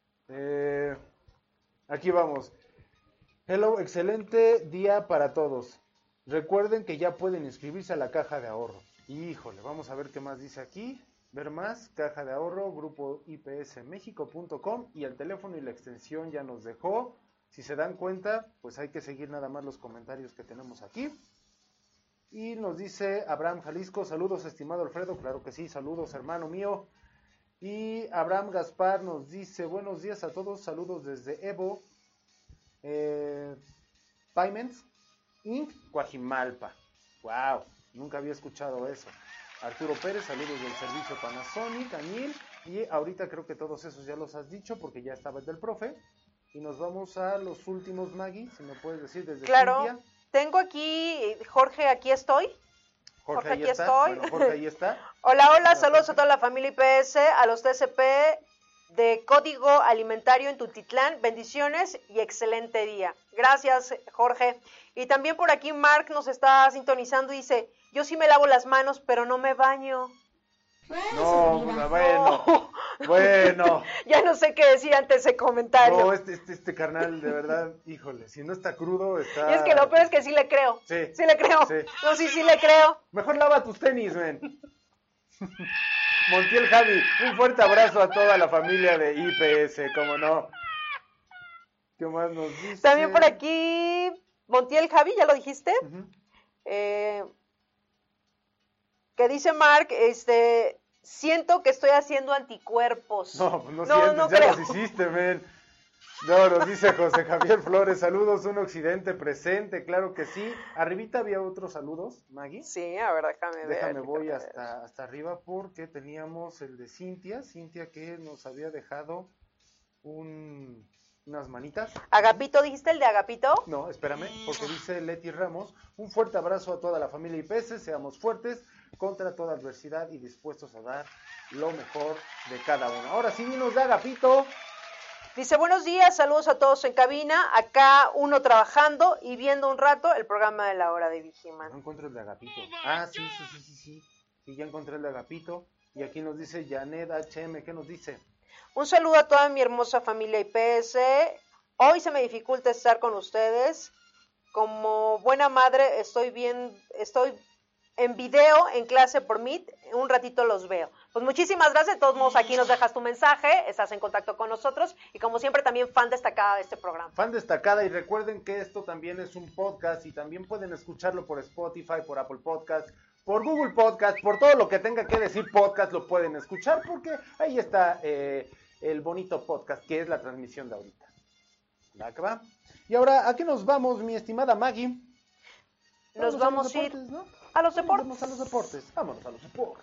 Aquí vamos. Hello, excelente día para todos. Recuerden que ya pueden inscribirse a la caja de ahorro. Híjole, vamos a ver qué más dice aquí. Ver más, caja de ahorro, grupo ipsmexico.com y el teléfono y la extensión ya nos dejó. Si se dan cuenta, pues hay que seguir nada más los comentarios que tenemos aquí. Y nos dice Abraham Jalisco, saludos estimado Alfredo, claro que sí, saludos hermano mío. Y Abraham Gaspar nos dice, buenos días a todos, saludos desde Evo, Payments Inc. Coajimalpa. Wow, nunca había escuchado eso. Arturo Pérez, saludos del servicio Panasonic, Añil. Y ahorita creo que todos esos ya los has dicho porque ya estaba el del profe. Y nos vamos a los últimos, Maggie, si me puedes decir desde Claro, Cintia. tengo aquí, Jorge, aquí estoy. Jorge, aquí ahí está. estoy. Bueno, Jorge, ahí está. Hola, saludos a toda la familia IPS, a los TCP de Código Alimentario en Tultitlán. Bendiciones y excelente día. Gracias, Jorge. Y también por aquí Mark nos está sintonizando y dice, yo sí me lavo las manos, pero no me baño. No, bueno. Ya no sé qué decir ante ese comentario. No, este carnal, de verdad, híjole, si no está crudo, está... Y es que lo peor es que sí le creo. Sí. Sí le creo. Sí. No, sí le creo. Mejor lava tus tenis, men. Montiel Javi, un fuerte abrazo a toda la familia de IPS, como no. ¿Qué más nos dice? También por aquí, Montiel Javi, ¿ya lo dijiste? Uh-huh. Que dice Mark, siento que estoy haciendo anticuerpos. No, pues no sientes, ya creo. los hiciste, men. No, nos dice José Javier Flores, saludos, un occidente presente, claro que sí. Arribita había otros saludos, Maggie. Sí, a ver, déjame ver. Déjame, voy hasta arriba porque teníamos el de Cintia que nos había dejado unas manitas. ¿Agapito dijiste el de Agapito? No, espérame, porque dice Leti Ramos, un fuerte abrazo a toda la familia IPS, seamos fuertes contra toda adversidad y dispuestos a dar lo mejor de cada uno. Ahora sí, dinos de Agapito. Dice, buenos días, saludos a todos en cabina, acá uno trabajando y viendo un rato el programa de la hora de Vigiman. No encuentro el de Agapito. Ah, sí, ya encontré el de Agapito. Y aquí nos dice Janet HM, ¿qué nos dice? Un saludo a toda mi hermosa familia IPS. Hoy se me dificulta estar con ustedes. Como buena madre estoy en video en clase por Meet. Un ratito los veo. Pues muchísimas gracias. De todos modos, aquí nos dejas tu mensaje. Estás en contacto con nosotros. Y como siempre, también fan destacada de este programa. Fan destacada. Y recuerden que esto también es un podcast. Y también pueden escucharlo por Spotify, por Apple Podcast, por Google Podcast, por todo lo que tenga que decir podcast lo pueden escuchar. Porque ahí está el bonito podcast que es la transmisión de ahorita. ¿Va que va? Y ahora, ¿a qué nos vamos, mi estimada Maggie? Nos vamos a ir, ¿no? A los deportes. Vámonos a los deportes. Vámonos a los deportes.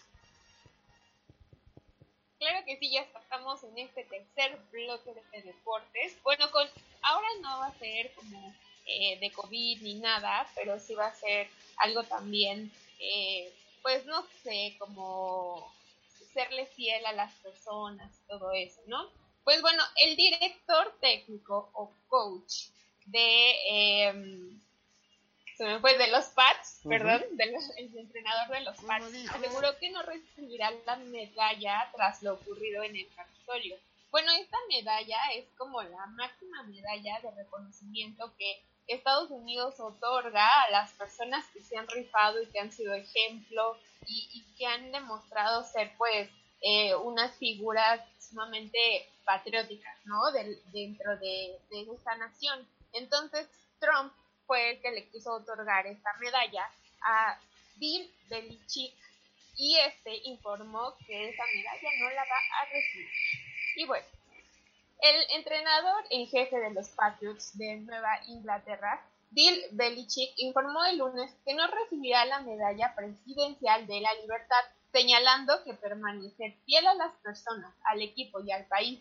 Claro que sí, ya estamos en este tercer bloque de deportes. Bueno, ahora no va a ser como de COVID ni nada, pero sí va a ser algo también, pues no sé, como serle fiel a las personas, todo eso, ¿no? Pues bueno, el director técnico o coach de los Pats, perdón, el entrenador de los Pats, aseguró que no recibirá la medalla tras lo ocurrido en el Capitolio. Bueno, esta medalla es como la máxima medalla de reconocimiento que Estados Unidos otorga a las personas que se han rifado y que han sido ejemplo y que han demostrado ser pues unas figuras sumamente patrióticas, ¿no? Dentro de esta nación. Entonces, Trump fue el que le quiso otorgar esta medalla a Bill Belichick y informó que esa medalla no la va a recibir. Y bueno, el entrenador en jefe de los Patriots de Nueva Inglaterra, Bill Belichick, informó el lunes que no recibirá la medalla presidencial de la libertad, señalando que permanecer fiel a las personas, al equipo y al país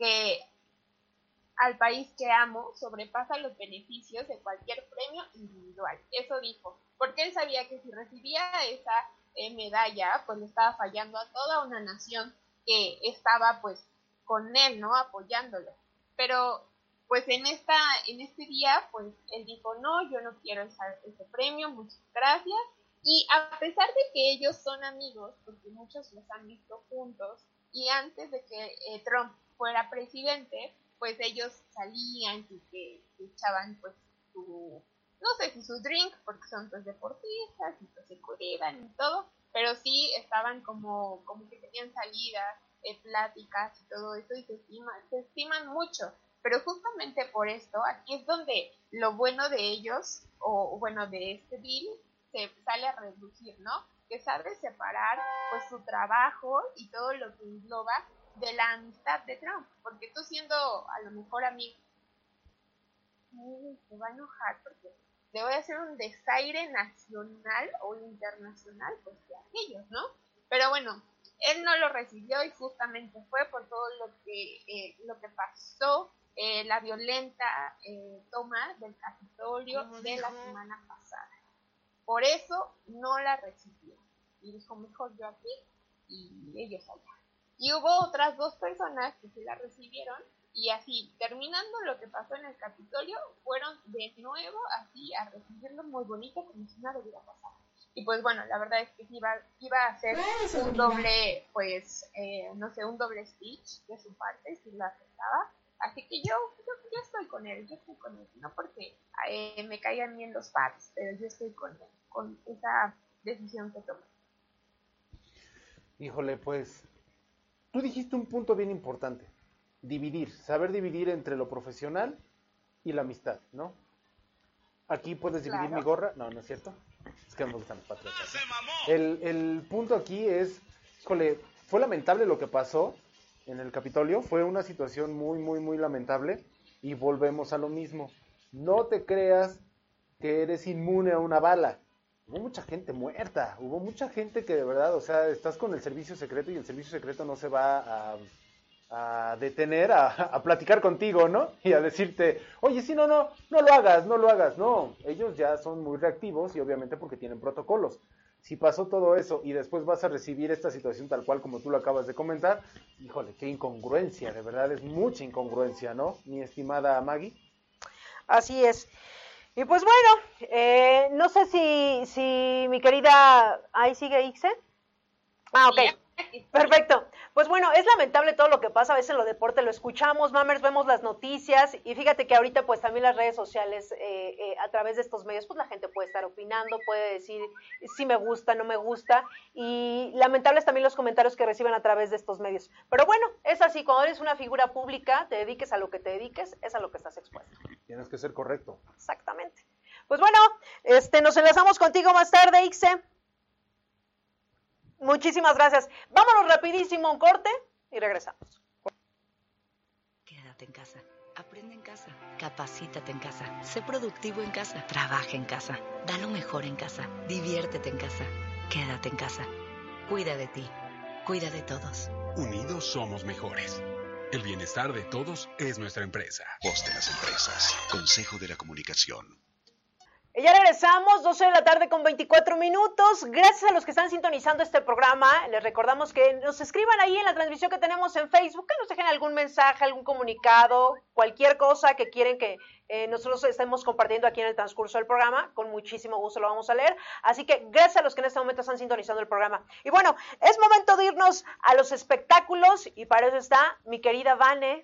que amo sobrepasa los beneficios de cualquier premio individual. Eso dijo, porque él sabía que si recibía esa medalla, pues le estaba fallando a toda una nación que estaba pues con él, ¿no? Apoyándolo. Pero pues en este día, pues él dijo, no, yo no quiero ese premio, muchas gracias. Y a pesar de que ellos son amigos, porque muchos los han visto juntos, y antes de que Trump fuera presidente, pues ellos salían y que echaban pues no sé si su drink, porque son pues deportistas y pues se cuidan y todo, pero sí estaban como que tenían salidas, pláticas y todo eso, y se estiman mucho. Pero justamente por esto, aquí es donde lo bueno de ellos, o bueno, de este Bill, se sale a reducir, ¿no? Que sabe separar pues su trabajo y todo lo que engloba de la amistad de Trump, porque tú siendo a lo mejor amigo se va a enojar porque le voy a hacer un desaire nacional o internacional, pues de aquellos, ¿no? Pero bueno, él no lo recibió y justamente fue por todo lo que pasó, la violenta toma del Capitolio de la semana pasada. Por eso no la recibió. Y dijo, mejor yo aquí y ellos allá. Y hubo otras 2 personas que sí la recibieron y así, terminando lo que pasó en el Capitolio, fueron de nuevo así a recibirlo muy bonito como si nada hubiera pasado. Y pues bueno, la verdad es que sí iba a hacer un doble, pues, no sé, un doble speech de su parte, si lo aceptaba. Así que yo estoy con él, no porque me caigan bien los pads, pero yo estoy con él, con esa decisión que tomó. Híjole, pues, tú dijiste un punto bien importante, saber dividir entre lo profesional y la amistad, ¿no? Aquí puedes dividir mi gorra, no es cierto, es que no me gustan los patriotas. El punto aquí es, híjole, fue lamentable lo que pasó en el Capitolio, fue una situación muy, muy, muy lamentable y volvemos a lo mismo. No te creas que eres inmune a una bala. Hubo mucha gente muerta, hubo mucha gente que de verdad, o sea, estás con el servicio secreto y el servicio secreto no se va a detener a platicar contigo, ¿no? Y a decirte, oye, sí, no lo hagas, no, ellos ya son muy reactivos y obviamente porque tienen protocolos. Si pasó todo eso y después vas a recibir esta situación tal cual como tú lo acabas de comentar, híjole, qué incongruencia, de verdad es mucha incongruencia, ¿no? Mi estimada Maggie. Así es. Y pues bueno, no sé si mi querida... ¿Ahí sigue Ixe? Ah, ok. Perfecto. Pues bueno, es lamentable todo lo que pasa a veces en lo deporte, lo escuchamos, mamers, vemos las noticias y fíjate que ahorita pues también las redes sociales, a través de estos medios, pues la gente puede estar opinando, puede decir si me gusta, no me gusta y lamentables también los comentarios que reciben a través de estos medios. Pero bueno, es así, cuando eres una figura pública, te dediques a lo que te dediques, es a lo que estás expuesto. Tienes que ser correcto. Exactamente. Pues bueno, nos enlazamos contigo más tarde, Ixe. Muchísimas gracias. Vámonos rapidísimo a un corte y regresamos. Quédate en casa, aprende en casa, capacítate en casa, sé productivo en casa, trabaja en casa, da lo mejor en casa, diviértete en casa, quédate en casa. Cuida de ti, cuida de todos. Unidos somos mejores. El bienestar de todos es nuestra empresa. Voz de las empresas. Consejo de la Comunicación. Ya regresamos, 12 de la tarde con 24 minutos. Gracias a los que están sintonizando este programa. Les recordamos que nos escriban ahí en la transmisión que tenemos en Facebook, que nos dejen algún mensaje, algún comunicado, cualquier cosa que quieren que nosotros estemos compartiendo aquí en el transcurso del programa. Con muchísimo gusto lo vamos a leer. Así que gracias a los que en este momento están sintonizando el programa. Y bueno, es momento de irnos a los espectáculos y para eso está mi querida Vane.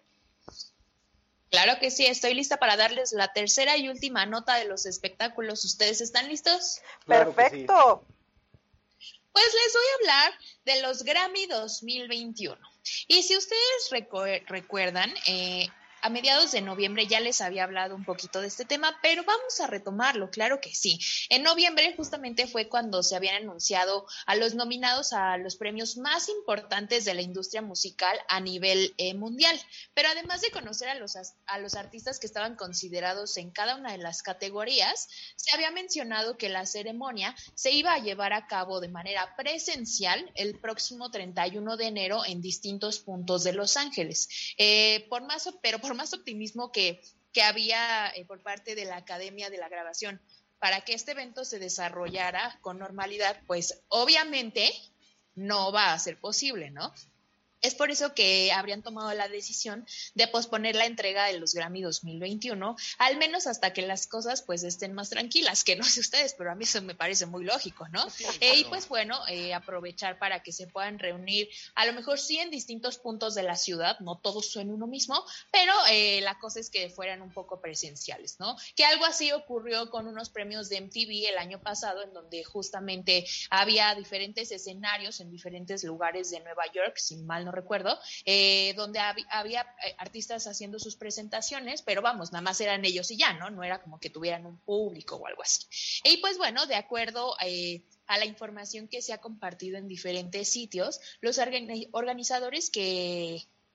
Claro que sí, estoy lista para darles la tercera y última nota de los espectáculos. ¿Ustedes están listos? Claro. Perfecto. Sí. Pues les voy a hablar de los Grammy 2021. Y si ustedes recuerdan, a mediados de noviembre ya les había hablado un poquito de este tema, pero vamos a retomarlo, claro que sí. En noviembre justamente fue cuando se habían anunciado a los nominados a los premios más importantes de la industria musical a nivel mundial. Pero además de conocer a los artistas que estaban considerados en cada una de las categorías, se había mencionado que la ceremonia se iba a llevar a cabo de manera presencial el próximo 31 de enero en distintos puntos de Los Ángeles. Por más optimismo que había por parte de la Academia de la Grabación para que este evento se desarrollara con normalidad, pues obviamente no va a ser posible, ¿no? Es por eso que habrían tomado la decisión de posponer la entrega de los Grammy 2021, al menos hasta que las cosas pues estén más tranquilas, que no sé ustedes, pero a mí eso me parece muy lógico, ¿no? Sí, claro. Y pues bueno, aprovechar para que se puedan reunir, a lo mejor sí en distintos puntos de la ciudad, no todos son uno mismo, pero la cosa es que fueran un poco presenciales, ¿no? Que algo así ocurrió con unos premios de MTV el año pasado, en donde justamente había diferentes escenarios en diferentes lugares de Nueva York, sin mal no recuerdo, donde había artistas haciendo sus presentaciones, pero vamos, nada más eran ellos y ya, ¿no? No era como que tuvieran un público o algo así. Y pues bueno, de acuerdo a la información que se ha compartido en diferentes sitios, los organizadores que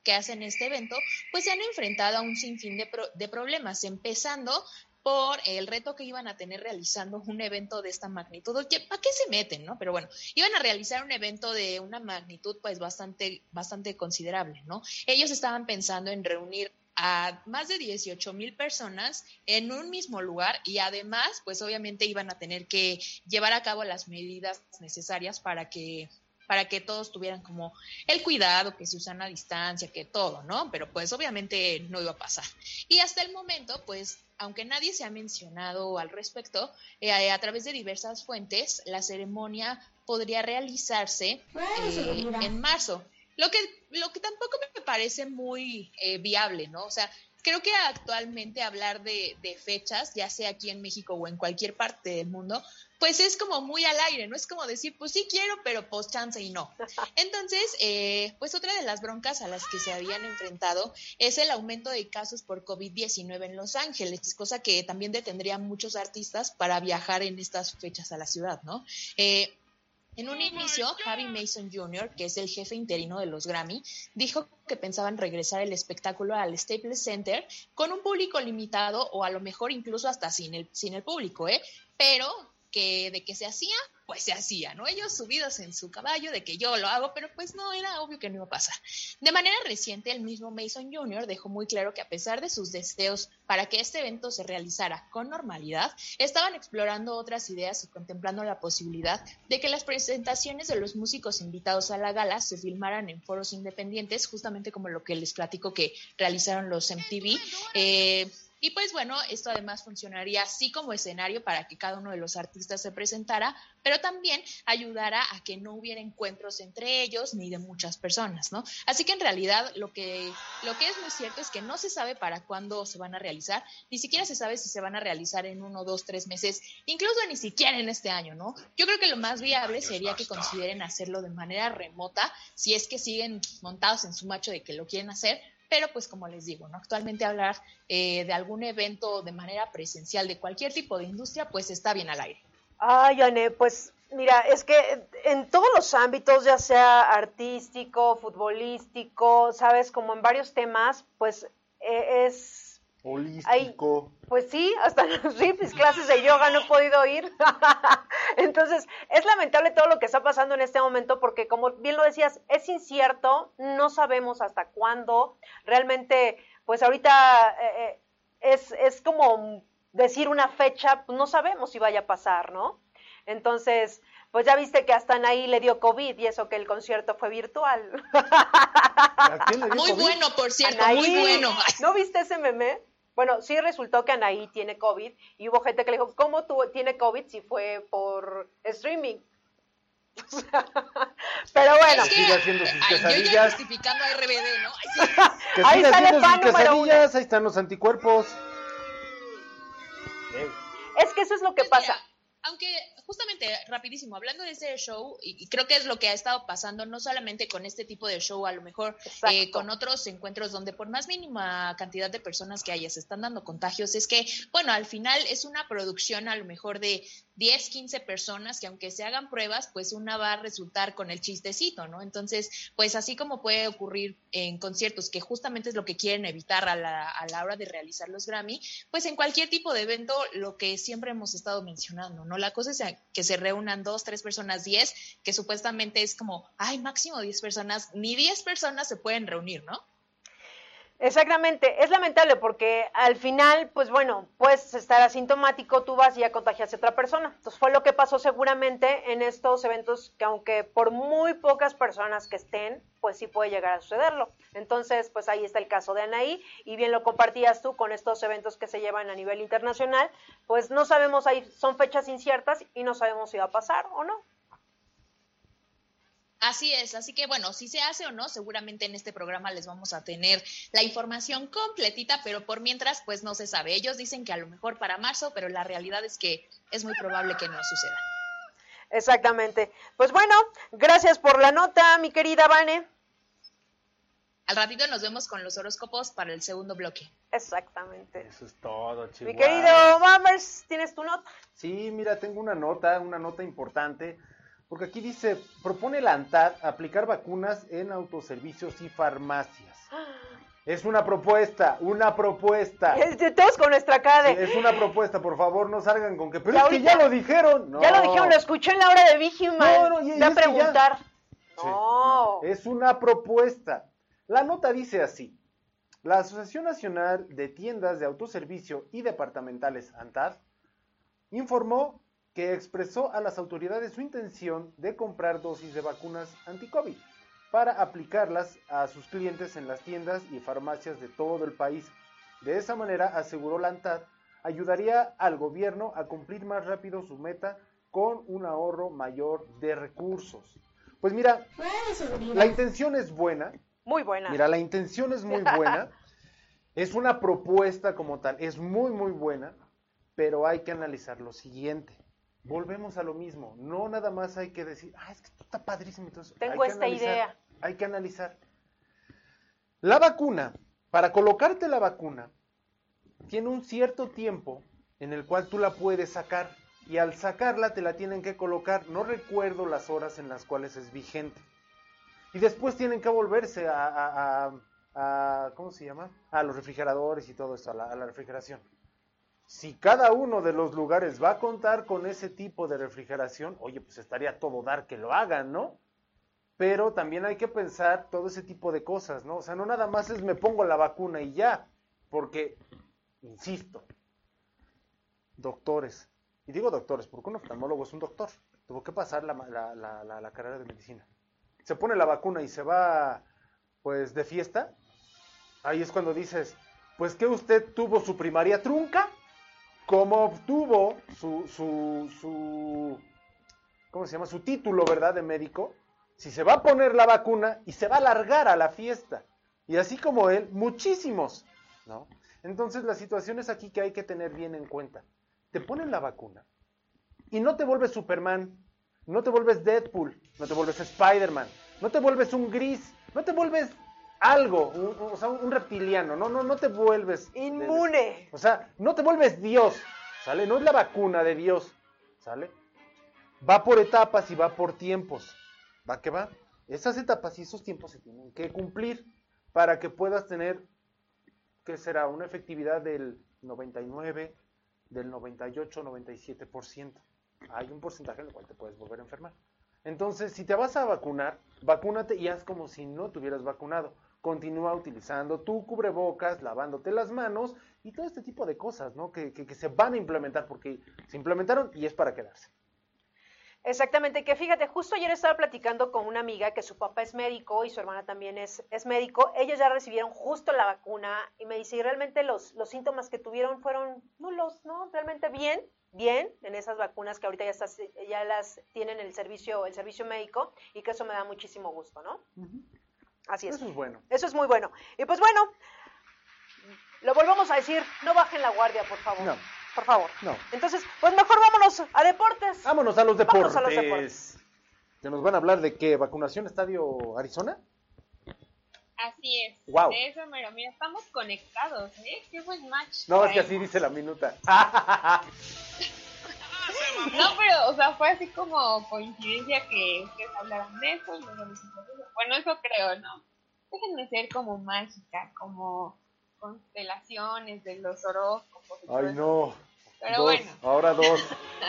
que hacen este evento, pues se han enfrentado a un sinfín de problemas, empezando por el reto que iban a tener realizando un evento de esta magnitud. ¿Para qué se meten, no? Pero bueno, iban a realizar un evento de una magnitud pues bastante considerable, ¿no? Ellos estaban pensando en reunir a más de 18,000 personas en un mismo lugar y además, pues obviamente iban a tener que llevar a cabo las medidas necesarias para que todos tuvieran como el cuidado, que se usan a distancia, que todo, ¿no? Pero pues obviamente no iba a pasar. Y hasta el momento, pues, aunque nadie se ha mencionado al respecto, a través de diversas fuentes, la ceremonia podría realizarse en marzo. Lo que tampoco me parece muy viable, ¿no? O sea, creo que actualmente hablar de fechas, ya sea aquí en México o en cualquier parte del mundo, pues es como muy al aire, ¿no? Es como decir, pues sí quiero, pero pues chance y no. Entonces, pues otra de las broncas a las que se habían enfrentado es el aumento de casos por COVID-19 en Los Ángeles, cosa que también detendría a muchos artistas para viajar en estas fechas a la ciudad, ¿no? En un inicio, Javi Mason Jr., que es el jefe interino de los Grammy, dijo que pensaban regresar el espectáculo al Staples Center con un público limitado o a lo mejor incluso hasta sin el público, pero que de que se hacía, pues se hacía, ¿no? Ellos subidos en su caballo de que yo lo hago, pero pues no, era obvio que no iba a pasar. De manera reciente, el mismo Mason Jr. dejó muy claro que a pesar de sus deseos para que este evento se realizara con normalidad, estaban explorando otras ideas y contemplando la posibilidad de que las presentaciones de los músicos invitados a la gala se filmaran en foros independientes, justamente como lo que les platico que realizaron los MTV. Y pues bueno, esto además funcionaría así como escenario para que cada uno de los artistas se presentara, pero también ayudara a que no hubiera encuentros entre ellos ni de muchas personas, ¿no? Así que en realidad lo que es muy cierto es que no se sabe para cuándo se van a realizar, ni siquiera se sabe si se van a realizar en 1, 2, 3 meses, incluso ni siquiera en este año, ¿no? Yo creo que lo más viable sería que consideren hacerlo de manera remota, si es que siguen montados en su macho de que lo quieren hacer. Pero pues como les digo, ¿no? Actualmente hablar de algún evento de manera presencial de cualquier tipo de industria, pues está bien al aire. Ay, Anne, pues mira, es que en todos los ámbitos, ya sea artístico, futbolístico, sabes, como en varios temas, pues es... Holístico. Pues sí, hasta sí, mis clases de yoga no he podido ir. Entonces, es lamentable todo lo que está pasando en este momento porque, como bien lo decías, es incierto, no sabemos hasta cuándo. Realmente, pues ahorita es como decir una fecha, pues no sabemos si vaya a pasar, ¿no? Entonces, pues ya viste que hasta Anaí le dio COVID y eso que el concierto fue virtual. ¿A quién le dio muy COVID? bueno, por cierto, Anaí, muy bueno. ¿No viste ese meme? Bueno, sí resultó que Anaí tiene COVID y hubo gente que le dijo, ¿cómo tiene COVID si fue por streaming? Pero bueno. Que siga haciendo sus yo ya quesadillas. justificando a RBD, ¿no? Que Ahí siga sale haciendo fan sus número 1. quesadillas, ahí están los anticuerpos. Es que eso es lo que pasa. Mira, aunque justamente, rapidísimo, hablando de ese show, y creo que es lo que ha estado pasando, no solamente con este tipo de show, a lo mejor con otros encuentros donde por más mínima cantidad de personas que haya se están dando contagios, es que, bueno, al final es una producción a lo mejor de 10, 15 personas que aunque se hagan pruebas, pues una va a resultar con el chistecito, ¿no? Entonces, pues así como puede ocurrir en conciertos, que justamente es lo que quieren evitar a la hora de realizar los Grammy, pues en cualquier tipo de evento, lo que siempre hemos estado mencionando, ¿no? La cosa es que se reúnan 2, 3 personas, 10, que supuestamente es como, ay, máximo 10 personas, ni 10 personas se pueden reunir, ¿no? Exactamente, es lamentable porque al final, pues bueno, puedes estar asintomático, tú vas y ya contagias a otra persona. Entonces fue lo que pasó seguramente en estos eventos que aunque por muy pocas personas que estén, pues sí puede llegar a sucederlo. Entonces, pues ahí está el caso de Anaí y bien lo compartías tú con estos eventos que se llevan a nivel internacional, pues no sabemos, ahí son fechas inciertas y no sabemos si va a pasar o no. Así es, así que bueno, si se hace o no, seguramente en este programa les vamos a tener la información completita, pero por mientras, pues no se sabe. Ellos dicen que a lo mejor para marzo, pero la realidad es que es muy probable que no suceda. Exactamente. Pues bueno, gracias por la nota, mi querida Vane. Al ratito nos vemos con los horóscopos para el segundo bloque. Exactamente. Eso es todo, Chihuahua. Mi querido Mammers, ¿tienes tu nota? Sí, mira, tengo una nota importante. Porque aquí dice, propone la ANTAD aplicar vacunas en autoservicios y farmacias. Es una propuesta. Todos con nuestra cara de... Sí, es una propuesta, por favor, no salgan con que... Pero Ya es que ya lo dijeron. No. Ya lo dijeron, lo escuché en la hora de Vigiman. No, a preguntar. Sí, no, es una propuesta. La nota dice así. La Asociación Nacional de Tiendas de Autoservicio y Departamentales, ANTAD, informó que expresó a las autoridades su intención de comprar dosis de vacunas anti-COVID para aplicarlas a sus clientes en las tiendas y farmacias de todo el país. De esa manera, aseguró la ANTAD, ayudaría al gobierno a cumplir más rápido su meta con un ahorro mayor de recursos. Pues mira, la intención es buena. Muy buena. Mira, la intención es muy buena. Es una propuesta como tal, es muy, muy buena, pero hay que analizar lo siguiente. Volvemos a lo mismo. No nada más hay que decir, es que esto está padrísimo. Entonces, tengo esta idea. Hay que analizar. La vacuna, para colocarte la vacuna, tiene un cierto tiempo en el cual tú la puedes sacar. Y al sacarla te la tienen que colocar. No recuerdo las horas en las cuales es vigente. Y después tienen que volverse a ¿cómo se llama? A los refrigeradores y todo esto, a la refrigeración. Si cada uno de los lugares va a contar con ese tipo de refrigeración, oye, pues estaría todo dar que lo hagan, ¿no? Pero también hay que pensar todo ese tipo de cosas, ¿no? O sea, no nada más es me pongo la vacuna y ya, porque, insisto, doctores, y digo doctores porque un oftalmólogo es un doctor, tuvo que pasar la carrera de medicina. Se pone la vacuna y se va, pues, de fiesta, ahí es cuando dices, pues que usted tuvo su primaria trunca, como obtuvo su ¿cómo se llama? Su título, ¿verdad? De médico, si se va a poner la vacuna y se va a largar a la fiesta. Y así como él, muchísimos, ¿no? Entonces la situación es aquí que hay que tener bien en cuenta. Te ponen la vacuna y no te vuelves Superman, no te vuelves Deadpool, no te vuelves Spider-Man, no te vuelves un gris, no te vuelves algo, un reptiliano, no te vuelves... Inmune. O sea, no te vuelves Dios, ¿sale? No es la vacuna de Dios, ¿sale? Va por etapas y va por tiempos, ¿va que va? Esas etapas y esos tiempos se tienen que cumplir para que puedas tener, ¿qué será? Una efectividad del 99, del 98, 97%. Hay un porcentaje en el cual te puedes volver a enfermar. Entonces, si te vas a vacunar, vacúnate y haz como si no te hubieras vacunado. Continúa utilizando tu cubrebocas, lavándote las manos y todo este tipo de cosas, ¿no? Que se van a implementar porque se implementaron y es para quedarse. Exactamente, que fíjate, justo ayer estaba platicando con una amiga que su papá es médico y su hermana también es médico. Ellos ya recibieron justo la vacuna y me dice, y realmente los síntomas que tuvieron fueron nulos, ¿no? Realmente bien en esas vacunas que ahorita ya las tienen el servicio médico y que eso me da muchísimo gusto, ¿no? Uh-huh. Así es. Eso es bueno. Eso es muy bueno. Y pues bueno, lo volvemos a decir, no bajen la guardia, por favor. No. Por favor. No. Entonces, pues mejor vámonos a deportes. Vámonos a los deportes. Vámonos a los deportes. ¿Que nos van a hablar de qué? ¿Vacunación Estadio Arizona? Así es. Wow. De eso, mira, estamos conectados, ¿eh? Qué buen match. No, es que así dice la minuta. No, pero, o sea, fue así como coincidencia que ustedes hablaran de eso y luego nosotros eso. Bueno, eso creo, ¿no? Déjenme ser como mágica, como constelaciones de los horóscopos. Ay, no. Pero dos, bueno. Ahora dos.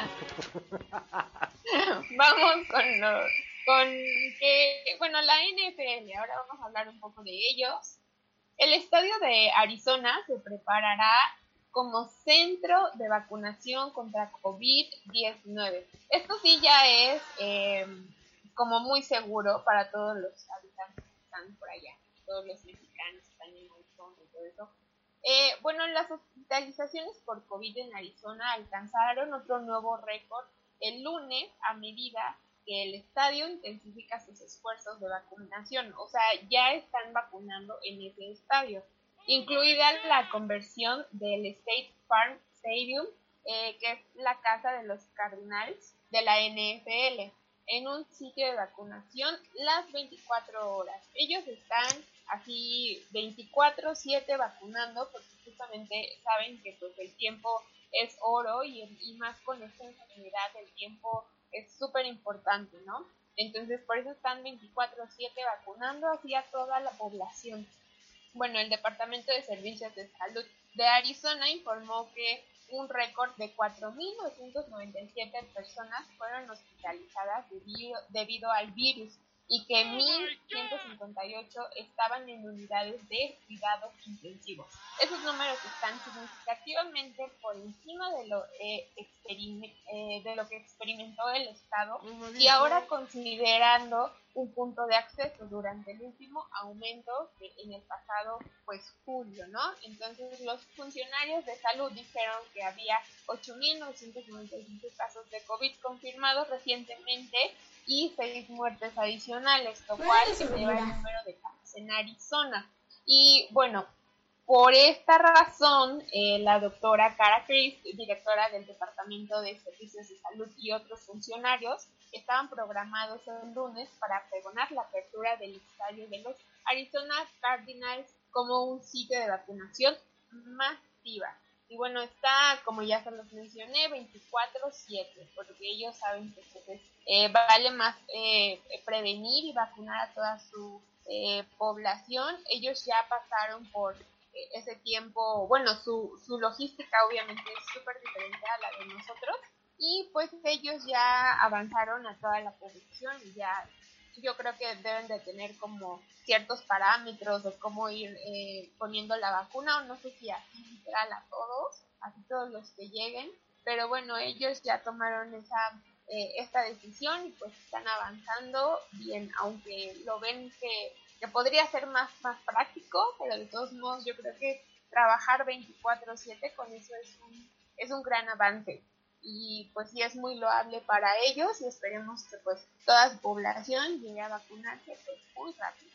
Vamos con que, bueno, la NFL, ahora vamos a hablar un poco de ellos. El estadio de Arizona se preparará como centro de vacunación contra COVID-19. Esto sí ya es como muy seguro para todos los habitantes que están por allá, todos los mexicanos que están en Arizona y todo eso. Bueno, las hospitalizaciones por COVID en Arizona alcanzaron otro nuevo récord el lunes a medida que el estadio intensifica sus esfuerzos de vacunación. O sea, ya están vacunando en ese estadio, incluida la conversión del State Farm Stadium, que es la casa de los Cardinals de la NFL, en un sitio de vacunación las 24 horas. Ellos están así 24/7 vacunando porque justamente saben que pues el tiempo es oro y más con esta enfermedad el tiempo es súper importante, ¿no? Entonces por eso están 24/7 vacunando así a toda la población. bueno, el Departamento de Servicios de Salud de Arizona informó que un récord de 4.997 personas fueron hospitalizadas debido al virus y que 1.158 estaban en unidades de cuidados intensivos. Esos números están significativamente por encima de lo que experimentó el Estado y ahora considerando un punto de acceso durante el último aumento en el pasado julio, ¿no? Entonces los funcionarios de salud dijeron que había 8.995 casos de COVID confirmados recientemente y 6 muertes adicionales, lo cual eleva el número de casos en Arizona. Y bueno, por esta razón, la doctora Cara Chris, directora del Departamento de Servicios de Salud, y otros funcionarios estaban programados el lunes para pregonar la apertura del estadio de los Arizona Cardinals como un sitio de vacunación masiva. Y bueno, está, como ya se los mencioné, 24/7, porque ellos saben que vale más prevenir y vacunar a toda su población. Ellos ya pasaron por ese tiempo, bueno, su logística obviamente es súper diferente a la de nosotros, y pues ellos ya avanzaron a toda la población y ya yo creo que deben de tener como ciertos parámetros de cómo ir poniendo la vacuna, o no sé si así literal a todos los que lleguen, pero bueno, ellos ya tomaron esta decisión y pues están avanzando bien, aunque lo ven que podría ser más práctico, pero de todos modos yo creo que trabajar 24/7 con eso es un gran avance. Y pues sí es muy loable para ellos y esperemos que pues toda su población llegue a vacunarse pues muy rápido.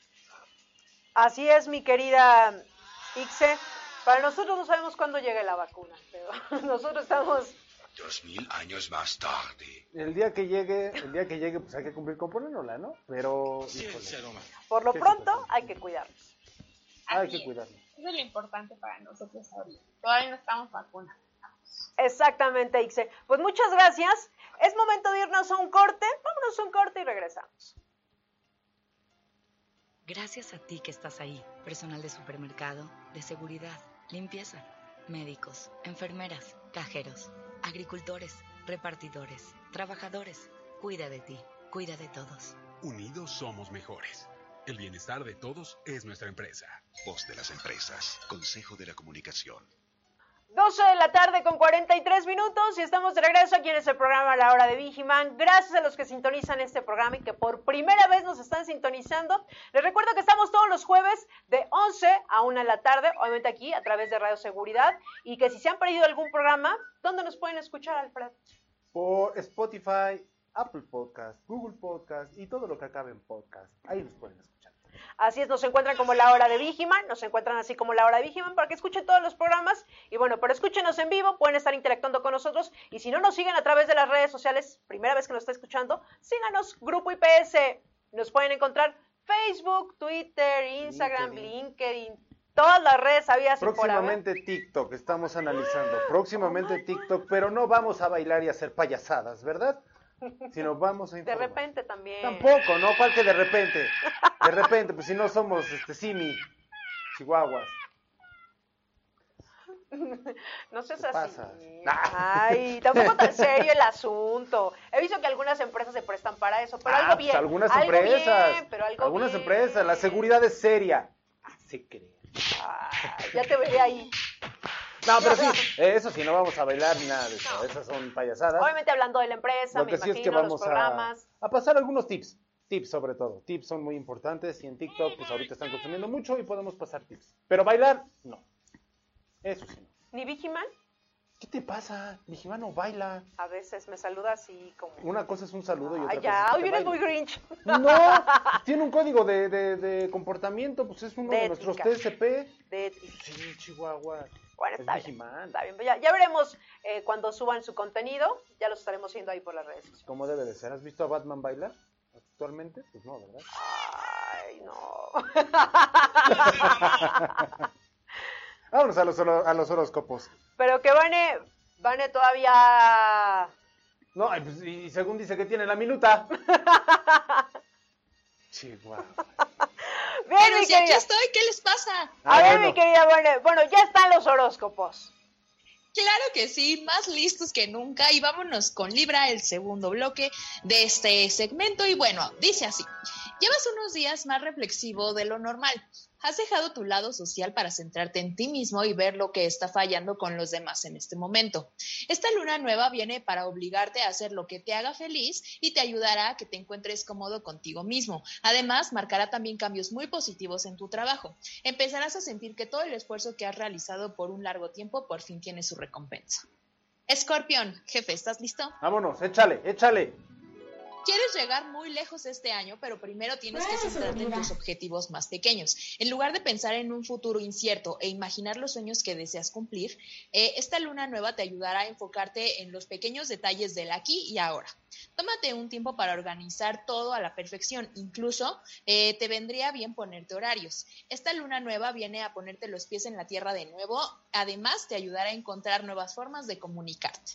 Así es, mi querida Ixe. Para nosotros no sabemos cuándo llegue la vacuna, pero nosotros estamos 2000 años más tarde. El día que llegue, pues hay que cumplir con ponérnosla, ¿no? Pero por lo pronto hay que cuidarnos. Hay que cuidarnos. Eso es lo importante para nosotros ahorita. Todavía no estamos vacunados. Exactamente, Ixe. Pues muchas gracias. Es momento de irnos a un corte. Vámonos a un corte y regresamos. Gracias a ti que estás ahí, personal de supermercado, de seguridad, limpieza, médicos, enfermeras, cajeros, agricultores, repartidores, trabajadores. Cuida de ti, cuida de todos. Unidos somos mejores. El bienestar de todos es nuestra empresa. Voz de las empresas. Consejo de la Comunicación. 12 de la tarde con 43 minutos y estamos de regreso aquí en este programa La Hora de Vigiman. Gracias a los que sintonizan este programa y que por primera vez nos están sintonizando. Les recuerdo que estamos todos los jueves de 11 a 1 de la tarde, obviamente aquí a través de Radio Seguridad, y que si se han perdido algún programa, ¿dónde nos pueden escuchar, Alfred? Por Spotify, Apple Podcast, Google Podcast y todo lo que acabe en podcast. Ahí nos pueden escuchar. Así es, nos encuentran como La Hora de Vigiman, nos encuentran así como La Hora de Vigiman para que escuchen todos los programas. Y bueno, pero escúchenos en vivo, pueden estar interactuando con nosotros. Y si no nos siguen a través de las redes sociales, primera vez que nos está escuchando, síganos, Grupo IPS. Nos pueden encontrar Facebook, Twitter, Instagram, LinkedIn, todas las redes habidas y por haber. Próximamente TikTok, estamos analizando. Próximamente TikTok, pero no vamos a bailar y hacer payasadas, ¿verdad? Sino vamos a informar. De repente también. Tampoco, ¿no? ¿Cuál que de repente? De repente, pues si no somos simi, chihuahuas. No seas ¿Qué así. pasa? Ay, tampoco tan serio el asunto. He visto que algunas empresas se prestan para eso, pero algo bien. Pues algunas algo empresas. Bien, pero algo algunas bien. empresas. La seguridad es seria. Se cree. Ya te veré ahí. No, pero sí, eso sí, no vamos a bailar ni nada de eso. No. Esas son payasadas. Obviamente hablando de la empresa, Lo que me sí imagino, es que vamos los programas. a pasar algunos tips. Tips sobre todo. Tips son muy importantes y en TikTok pues ahorita están consumiendo mucho y podemos pasar tips. Pero bailar, no. Eso sí no. ¿Ni Vigiman? ¿Qué te pasa? Vigiman no baila. A veces me saluda así como... Una cosa es un saludo y otra cosa ya, es que hoy vienes baile. muy Grinch. No, tiene un código de comportamiento, pues es uno de nuestros TSP. De ética. Sí, Chihuahua. Bueno, está es bien, Vigiman. está bien. Ya veremos cuando suban su contenido, ya los estaremos viendo ahí por las redes sociales. Como debe de ser. ¿Has visto a Batman bailar actualmente? Pues no, ¿verdad? Ay, no. Vámonos a los horóscopos. Pero que Vane todavía... No, pues, y según dice que tiene la minuta. Chihuahua. Bien, Pero mi si aquí querida. estoy, ¿qué les pasa? A ver, bueno. mi querida Vane. Bueno, ya están los horóscopos. Claro que sí, más listos que nunca. Y vámonos con Libra, el segundo bloque de este segmento. Y bueno, dice así: llevas unos días más reflexivo de lo normal. Has dejado tu lado social para centrarte en ti mismo y ver lo que está fallando con los demás en este momento. Esta luna nueva viene para obligarte a hacer lo que te haga feliz y te ayudará a que te encuentres cómodo contigo mismo. Además, marcará también cambios muy positivos en tu trabajo. Empezarás a sentir que todo el esfuerzo que has realizado por un largo tiempo por fin tiene su recompensa. Escorpión, jefe, ¿estás listo? Vámonos, échale, échale. Quieres llegar muy lejos este año, pero primero tienes que centrarte en tus objetivos más pequeños. En lugar de pensar en un futuro incierto e imaginar los sueños que deseas cumplir, esta luna nueva te ayudará a enfocarte en los pequeños detalles del aquí y ahora. Tómate un tiempo para organizar todo a la perfección. Incluso te vendría bien ponerte horarios. Esta luna nueva viene a ponerte los pies en la tierra de nuevo. Además, te ayudará a encontrar nuevas formas de comunicarte.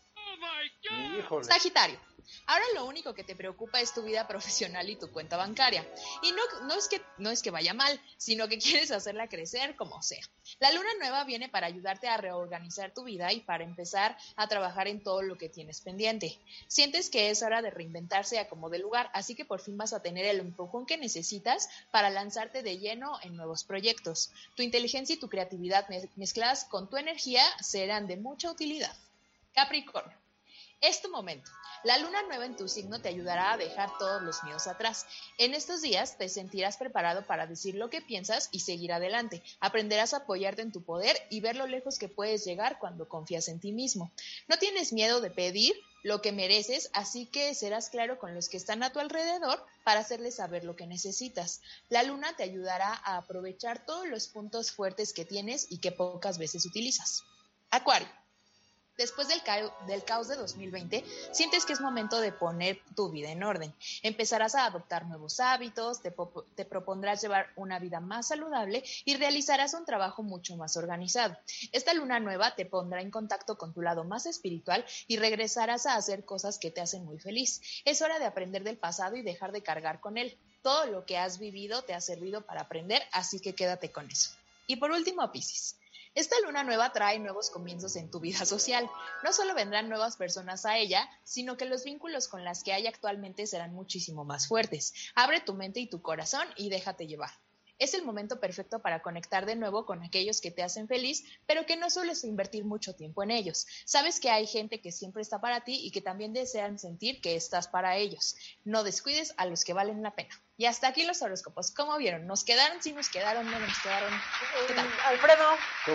Híjole. Sagitario, ahora lo único que te preocupa es tu vida profesional y tu cuenta bancaria. Y no es que vaya mal, sino que quieres hacerla crecer como sea. La luna nueva viene para ayudarte a reorganizar tu vida y para empezar a trabajar en todo lo que tienes pendiente. Sientes que es hora de reinventarse a como de lugar, así que por fin vas a tener el empujón que necesitas para lanzarte de lleno en nuevos proyectos. Tu inteligencia y tu creatividad mezcladas con tu energía serán de mucha utilidad. Capricornio, es tu momento. La luna nueva en tu signo te ayudará a dejar todos los miedos atrás. En estos días te sentirás preparado para decir lo que piensas y seguir adelante. Aprenderás a apoyarte en tu poder y ver lo lejos que puedes llegar cuando confías en ti mismo. No tienes miedo de pedir lo que mereces, así que serás claro con los que están a tu alrededor para hacerles saber lo que necesitas. La luna te ayudará a aprovechar todos los puntos fuertes que tienes y que pocas veces utilizas. Acuario. Después del caos de 2020, sientes que es momento de poner tu vida en orden. Empezarás a adoptar nuevos hábitos, te propondrás llevar una vida más saludable y realizarás un trabajo mucho más organizado. Esta luna nueva te pondrá en contacto con tu lado más espiritual y regresarás a hacer cosas que te hacen muy feliz. Es hora de aprender del pasado y dejar de cargar con él. Todo lo que has vivido te ha servido para aprender, así que quédate con eso. Y por último, Piscis. Esta luna nueva trae nuevos comienzos en tu vida social. No solo vendrán nuevas personas a ella, sino que los vínculos con las que hay actualmente serán muchísimo más fuertes. Abre tu mente y tu corazón y déjate llevar. Es el momento perfecto para conectar de nuevo con aquellos que te hacen feliz, pero que no sueles invertir mucho tiempo en ellos. Sabes que hay gente que siempre está para ti y que también desean sentir que estás para ellos. No descuides a los que valen la pena. Y hasta aquí los horóscopos. ¿Cómo vieron? ¿Nos quedaron? ¿Sí nos quedaron? ¿No nos quedaron? ¿Qué tal? Alfredo.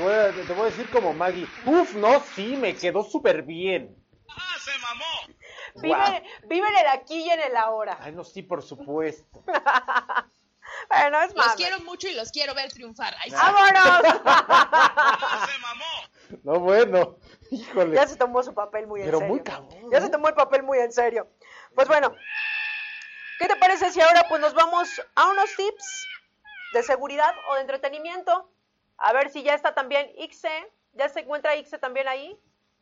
Te voy a decir como Maggie. Uf, no, sí, me quedó súper bien. ¡Ah, se mamó! Vive en el aquí y en el ahora. Ay, no, sí, por supuesto. Bueno, es Los más. quiero mucho y los quiero ver triunfar. Ahí sí. ¡Vámonos! ¡Ah, se mamó! No, bueno, híjole. Ya se tomó su papel muy en Pero serio. muy cabrón. Ya se tomó el papel muy en serio. Pues bueno, ¿qué te parece si ahora pues nos vamos a unos tips de seguridad o de entretenimiento? A ver si ya está también Ixe. ¿Ya se encuentra Ixe también ahí?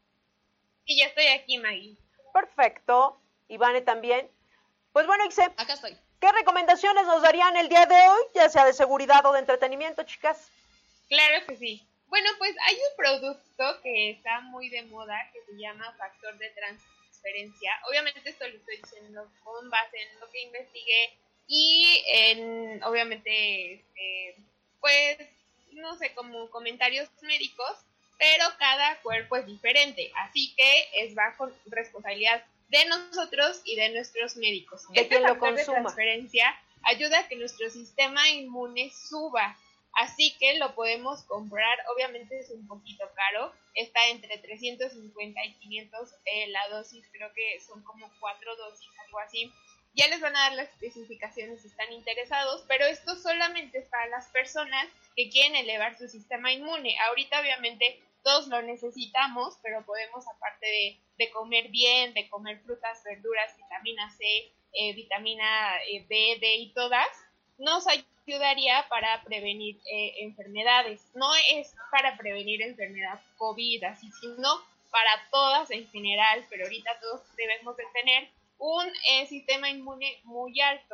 Y ya estoy aquí, Maggie. Perfecto. Ivane también. Pues bueno, Ixe, Acá estoy. ¿qué recomendaciones nos darían el día de hoy, ya sea de seguridad o de entretenimiento, chicas? Claro que sí. Bueno, pues hay un producto que está muy de moda que se llama factor de transferencia. Obviamente esto lo estoy diciendo con base en lo que investigué y en, obviamente, pues, no sé, como comentarios médicos, pero cada cuerpo es diferente. Así que es bajo responsabilidad de nosotros y de nuestros médicos. De quien lo factor de consuma. transferencia ayuda a que nuestro sistema inmune suba. Así que lo podemos comprar, obviamente es un poquito caro, está entre 350 y 500 la dosis, creo que son como 4 dosis, algo así. Ya les van a dar las especificaciones si están interesados, pero esto solamente es para las personas que quieren elevar su sistema inmune. Ahorita obviamente todos lo necesitamos, pero podemos, aparte de comer bien, de comer frutas, verduras, vitamina C, vitamina B, D y todas, nos ayudaría para prevenir enfermedades. No es para prevenir enfermedad COVID, así, sino para todas en general, pero ahorita todos debemos de tener un sistema inmune muy alto.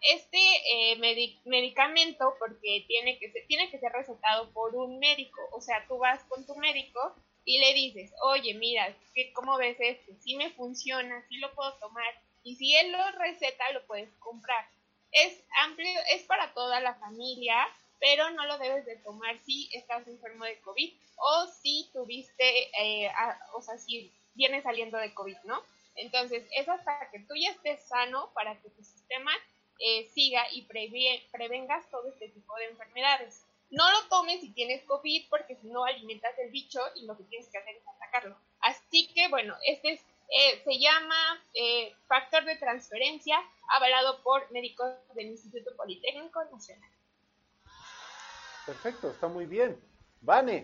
medicamento, porque tiene que ser recetado por un médico. O sea, tú vas con tu médico y le dices, oye, mira, ¿cómo ves esto? Si me funciona, si lo puedo tomar. Y si él lo receta, lo puedes comprar. Es amplio, es para toda la familia, pero no lo debes de tomar si estás enfermo de COVID o si tuviste, o sea, si vienes saliendo de COVID, ¿no? Entonces, es hasta que tú ya estés sano para que tu sistema siga y prevengas todo este tipo de enfermedades. No lo tomes si tienes COVID, porque si no alimentas el bicho y lo que tienes que hacer es atacarlo. Así que, bueno, se llama factor de transferencia, avalado por médicos del Instituto Politécnico Nacional. Perfecto, está muy bien. Vane.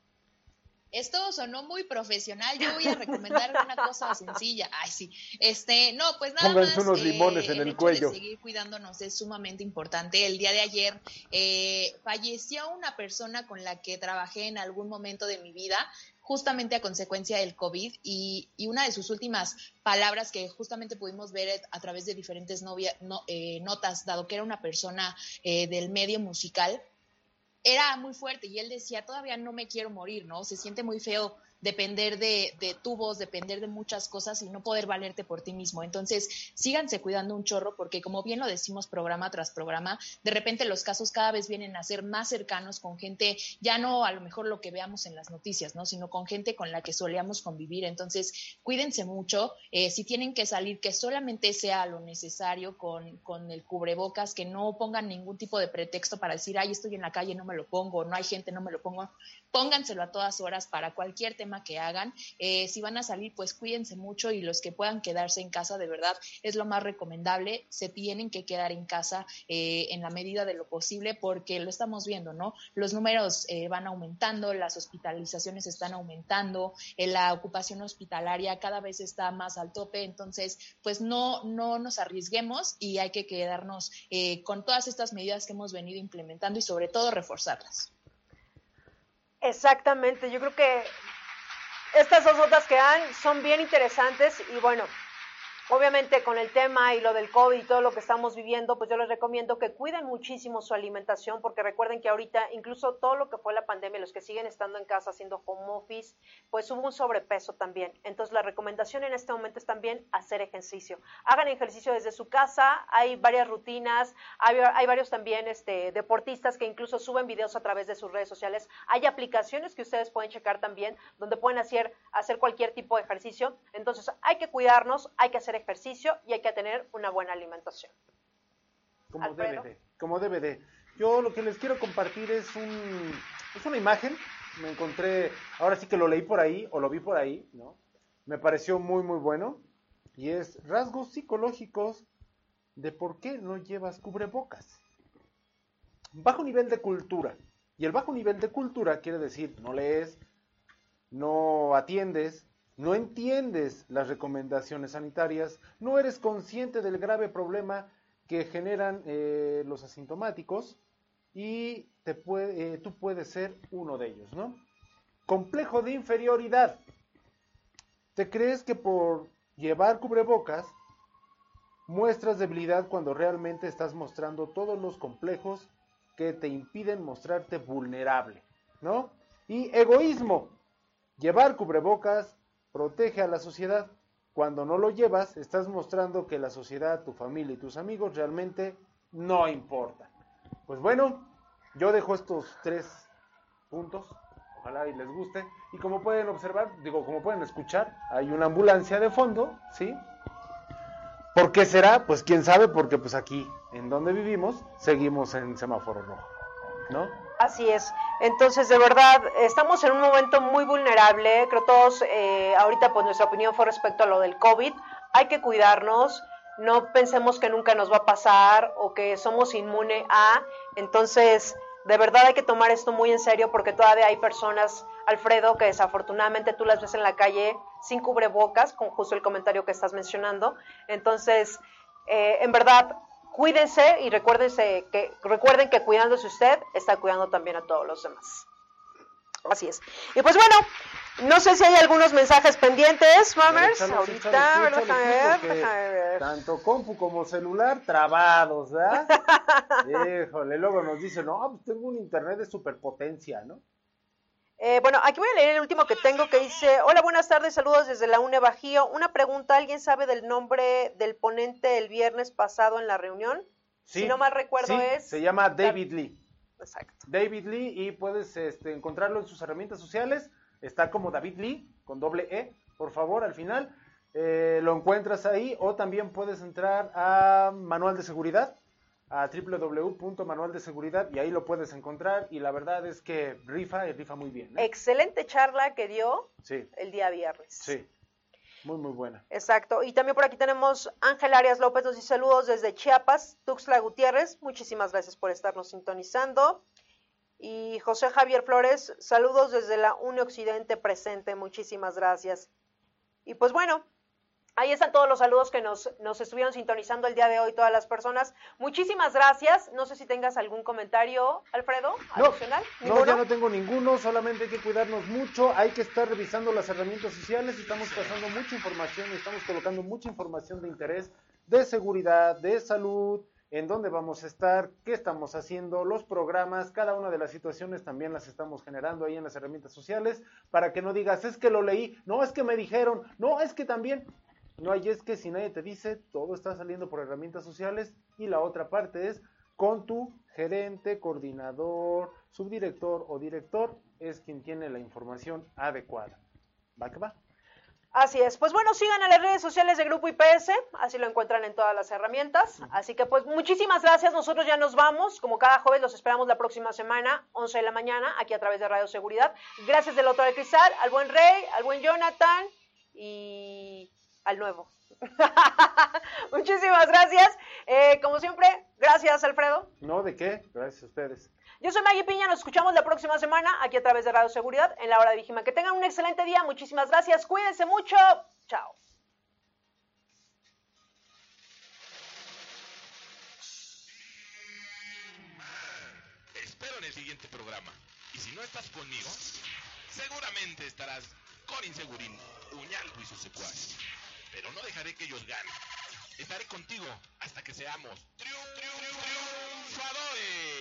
Esto sonó muy profesional. Yo voy a recomendar una cosa sencilla. Ay, sí. No, pues nada Pónganse más. unos limones en el hecho cuello. de seguir cuidándonos es sumamente importante. El día de ayer falleció una persona con la que trabajé en algún momento de mi vida, justamente a consecuencia del COVID, y una de sus últimas palabras que justamente pudimos ver a través de diferentes notas, dado que era una persona del medio musical, era muy fuerte, y él decía, todavía no me quiero morir, ¿no? Se siente muy feo depender de tubos, depender de muchas cosas y no poder valerte por ti mismo. Entonces, síganse cuidando un chorro, porque como bien lo decimos programa tras programa, de repente los casos cada vez vienen a ser más cercanos con gente, ya no a lo mejor lo que veamos en las noticias, ¿no? Sino con gente con la que solíamos convivir. Entonces, cuídense mucho. Si tienen que salir, que solamente sea lo necesario con el cubrebocas, que no pongan ningún tipo de pretexto para decir, ay, estoy en la calle, no me lo pongo, no hay gente, no me lo pongo. Pónganselo a todas horas para cualquier tema que hagan. Si van a salir, pues cuídense mucho, y los que puedan quedarse en casa, de verdad, es lo más recomendable. Se tienen que quedar en casa en la medida de lo posible, porque lo estamos viendo, ¿no? Los números van aumentando, las hospitalizaciones están aumentando, la ocupación hospitalaria cada vez está más al tope. Entonces, pues no nos arriesguemos, y hay que quedarnos con todas estas medidas que hemos venido implementando, y sobre todo reforzarlas. Exactamente, yo creo que estas dos notas que dan son bien interesantes, y bueno, obviamente con el tema y lo del COVID y todo lo que estamos viviendo, pues yo les recomiendo que cuiden muchísimo su alimentación, porque recuerden que ahorita, incluso todo lo que fue la pandemia, los que siguen estando en casa haciendo home office, pues hubo un sobrepeso también. Entonces la recomendación en este momento es también hacer ejercicio. Hagan ejercicio desde su casa, hay varias rutinas, hay varios también deportistas que incluso suben videos a través de sus redes sociales. Hay aplicaciones que ustedes pueden checar también, donde pueden hacer cualquier tipo de ejercicio. Entonces hay que cuidarnos, hay que hacer ejercicio y hay que tener una buena alimentación. Como debe de. Yo lo que les quiero compartir es una imagen. Me encontré, ahora sí que lo leí por ahí, o lo vi por ahí, ¿no? Me pareció muy, muy bueno. Y es rasgos psicológicos de por qué no llevas cubrebocas. Bajo nivel de cultura. Y el bajo nivel de cultura quiere decir, no lees, no atiendes, no entiendes las recomendaciones sanitarias, no eres consciente del grave problema que generan los asintomáticos, y tú puedes ser uno de ellos, ¿no? Complejo de inferioridad. ¿Te crees que por llevar cubrebocas muestras debilidad cuando realmente estás mostrando todos los complejos que te impiden mostrarte vulnerable, ¿no? Y egoísmo. Llevar cubrebocas protege a la sociedad. Cuando no lo llevas, estás mostrando que la sociedad, tu familia y tus amigos realmente no importan. Pues bueno, yo dejo estos 3 puntos. Ojalá y les guste. Y como pueden observar, como pueden escuchar, hay una ambulancia de fondo, ¿sí? ¿Por qué será? Pues quién sabe, porque pues aquí, en donde vivimos, seguimos en semáforo rojo, ¿no? Así es. Entonces, de verdad, estamos en un momento muy vulnerable. Creo todos, ahorita pues nuestra opinión fue respecto a lo del COVID. Hay que cuidarnos. No pensemos que nunca nos va a pasar o que somos inmune a. Entonces, de verdad hay que tomar esto muy en serio, porque todavía hay personas, Alfredo, que desafortunadamente tú las ves en la calle sin cubrebocas, con justo el comentario que estás mencionando. Entonces, en verdad, cuídense y recuerden que cuidándose usted, está cuidando también a todos los demás. Así es. Y pues bueno, no sé si hay algunos mensajes pendientes, Mammers. Échalos, Ahorita, échalos, déjame porque ver. tanto compu como celular trabados, ¿verdad? Híjole, luego nos dicen, no, pues tengo un internet de superpotencia, ¿no? Bueno, aquí voy a leer el último que tengo que dice, hola, buenas tardes, saludos desde la UNE Bajío. Una pregunta, ¿alguien sabe del nombre del ponente el viernes pasado en la reunión? Sí, Si no mal recuerdo es... se llama David Lee. Exacto. David Lee, y puedes encontrarlo en sus herramientas sociales. Está como David Lee, con doble E, por favor, al final. Lo encuentras ahí, o también puedes entrar a Manual de Seguridad, a www.manualdeseguridad, y ahí lo puedes encontrar, y la verdad es que rifa muy bien, ¿eh? Excelente charla que dio el día viernes. Sí, muy buena. Exacto, y también por aquí tenemos Ángel Arias López, nos dice saludos desde Chiapas, Tuxtla Gutiérrez, muchísimas gracias por estarnos sintonizando. Y José Javier Flores, saludos desde la UNE Occidente presente, muchísimas gracias. Y pues bueno, ahí están todos los saludos que nos estuvieron sintonizando el día de hoy, todas las personas. Muchísimas gracias. No sé si tengas algún comentario, Alfredo, adicional. No, ya no tengo ninguno, solamente hay que cuidarnos mucho, hay que estar revisando las herramientas sociales, estamos pasando mucha información, estamos colocando mucha información de interés, de seguridad, de salud, en dónde vamos a estar, qué estamos haciendo, los programas, cada una de las situaciones también las estamos generando ahí en las herramientas sociales, para que no digas, es que lo leí, no, es que me dijeron, no, es que también... No hay, es que si nadie te dice, todo está saliendo por herramientas sociales, y la otra parte es con tu gerente, coordinador, subdirector o director, es quien tiene la información adecuada. ¿Va que va? Así es. Pues bueno, sigan a las redes sociales de Grupo IPS, así lo encuentran en todas las herramientas. Así que pues muchísimas gracias, nosotros ya nos vamos, como cada jueves los esperamos la próxima semana, 11 de la mañana, aquí a través de Radio Seguridad. Gracias del otro de cristal, al buen Rey, al buen Jonathan y... al nuevo. Muchísimas gracias. Como siempre, gracias, Alfredo. No, ¿de qué? Gracias a ustedes. Yo soy Maggie Piña, nos escuchamos la próxima semana aquí a través de Radio Seguridad en la hora de Vigima. Que tengan un excelente día, muchísimas gracias, cuídense mucho, chao. Espero en el siguiente programa. Y si no estás conmigo, seguramente estarás con Insegurín, Uñalco y sus secuaces. Pero no dejaré que ellos ganen. Estaré contigo hasta que seamos triunfadores.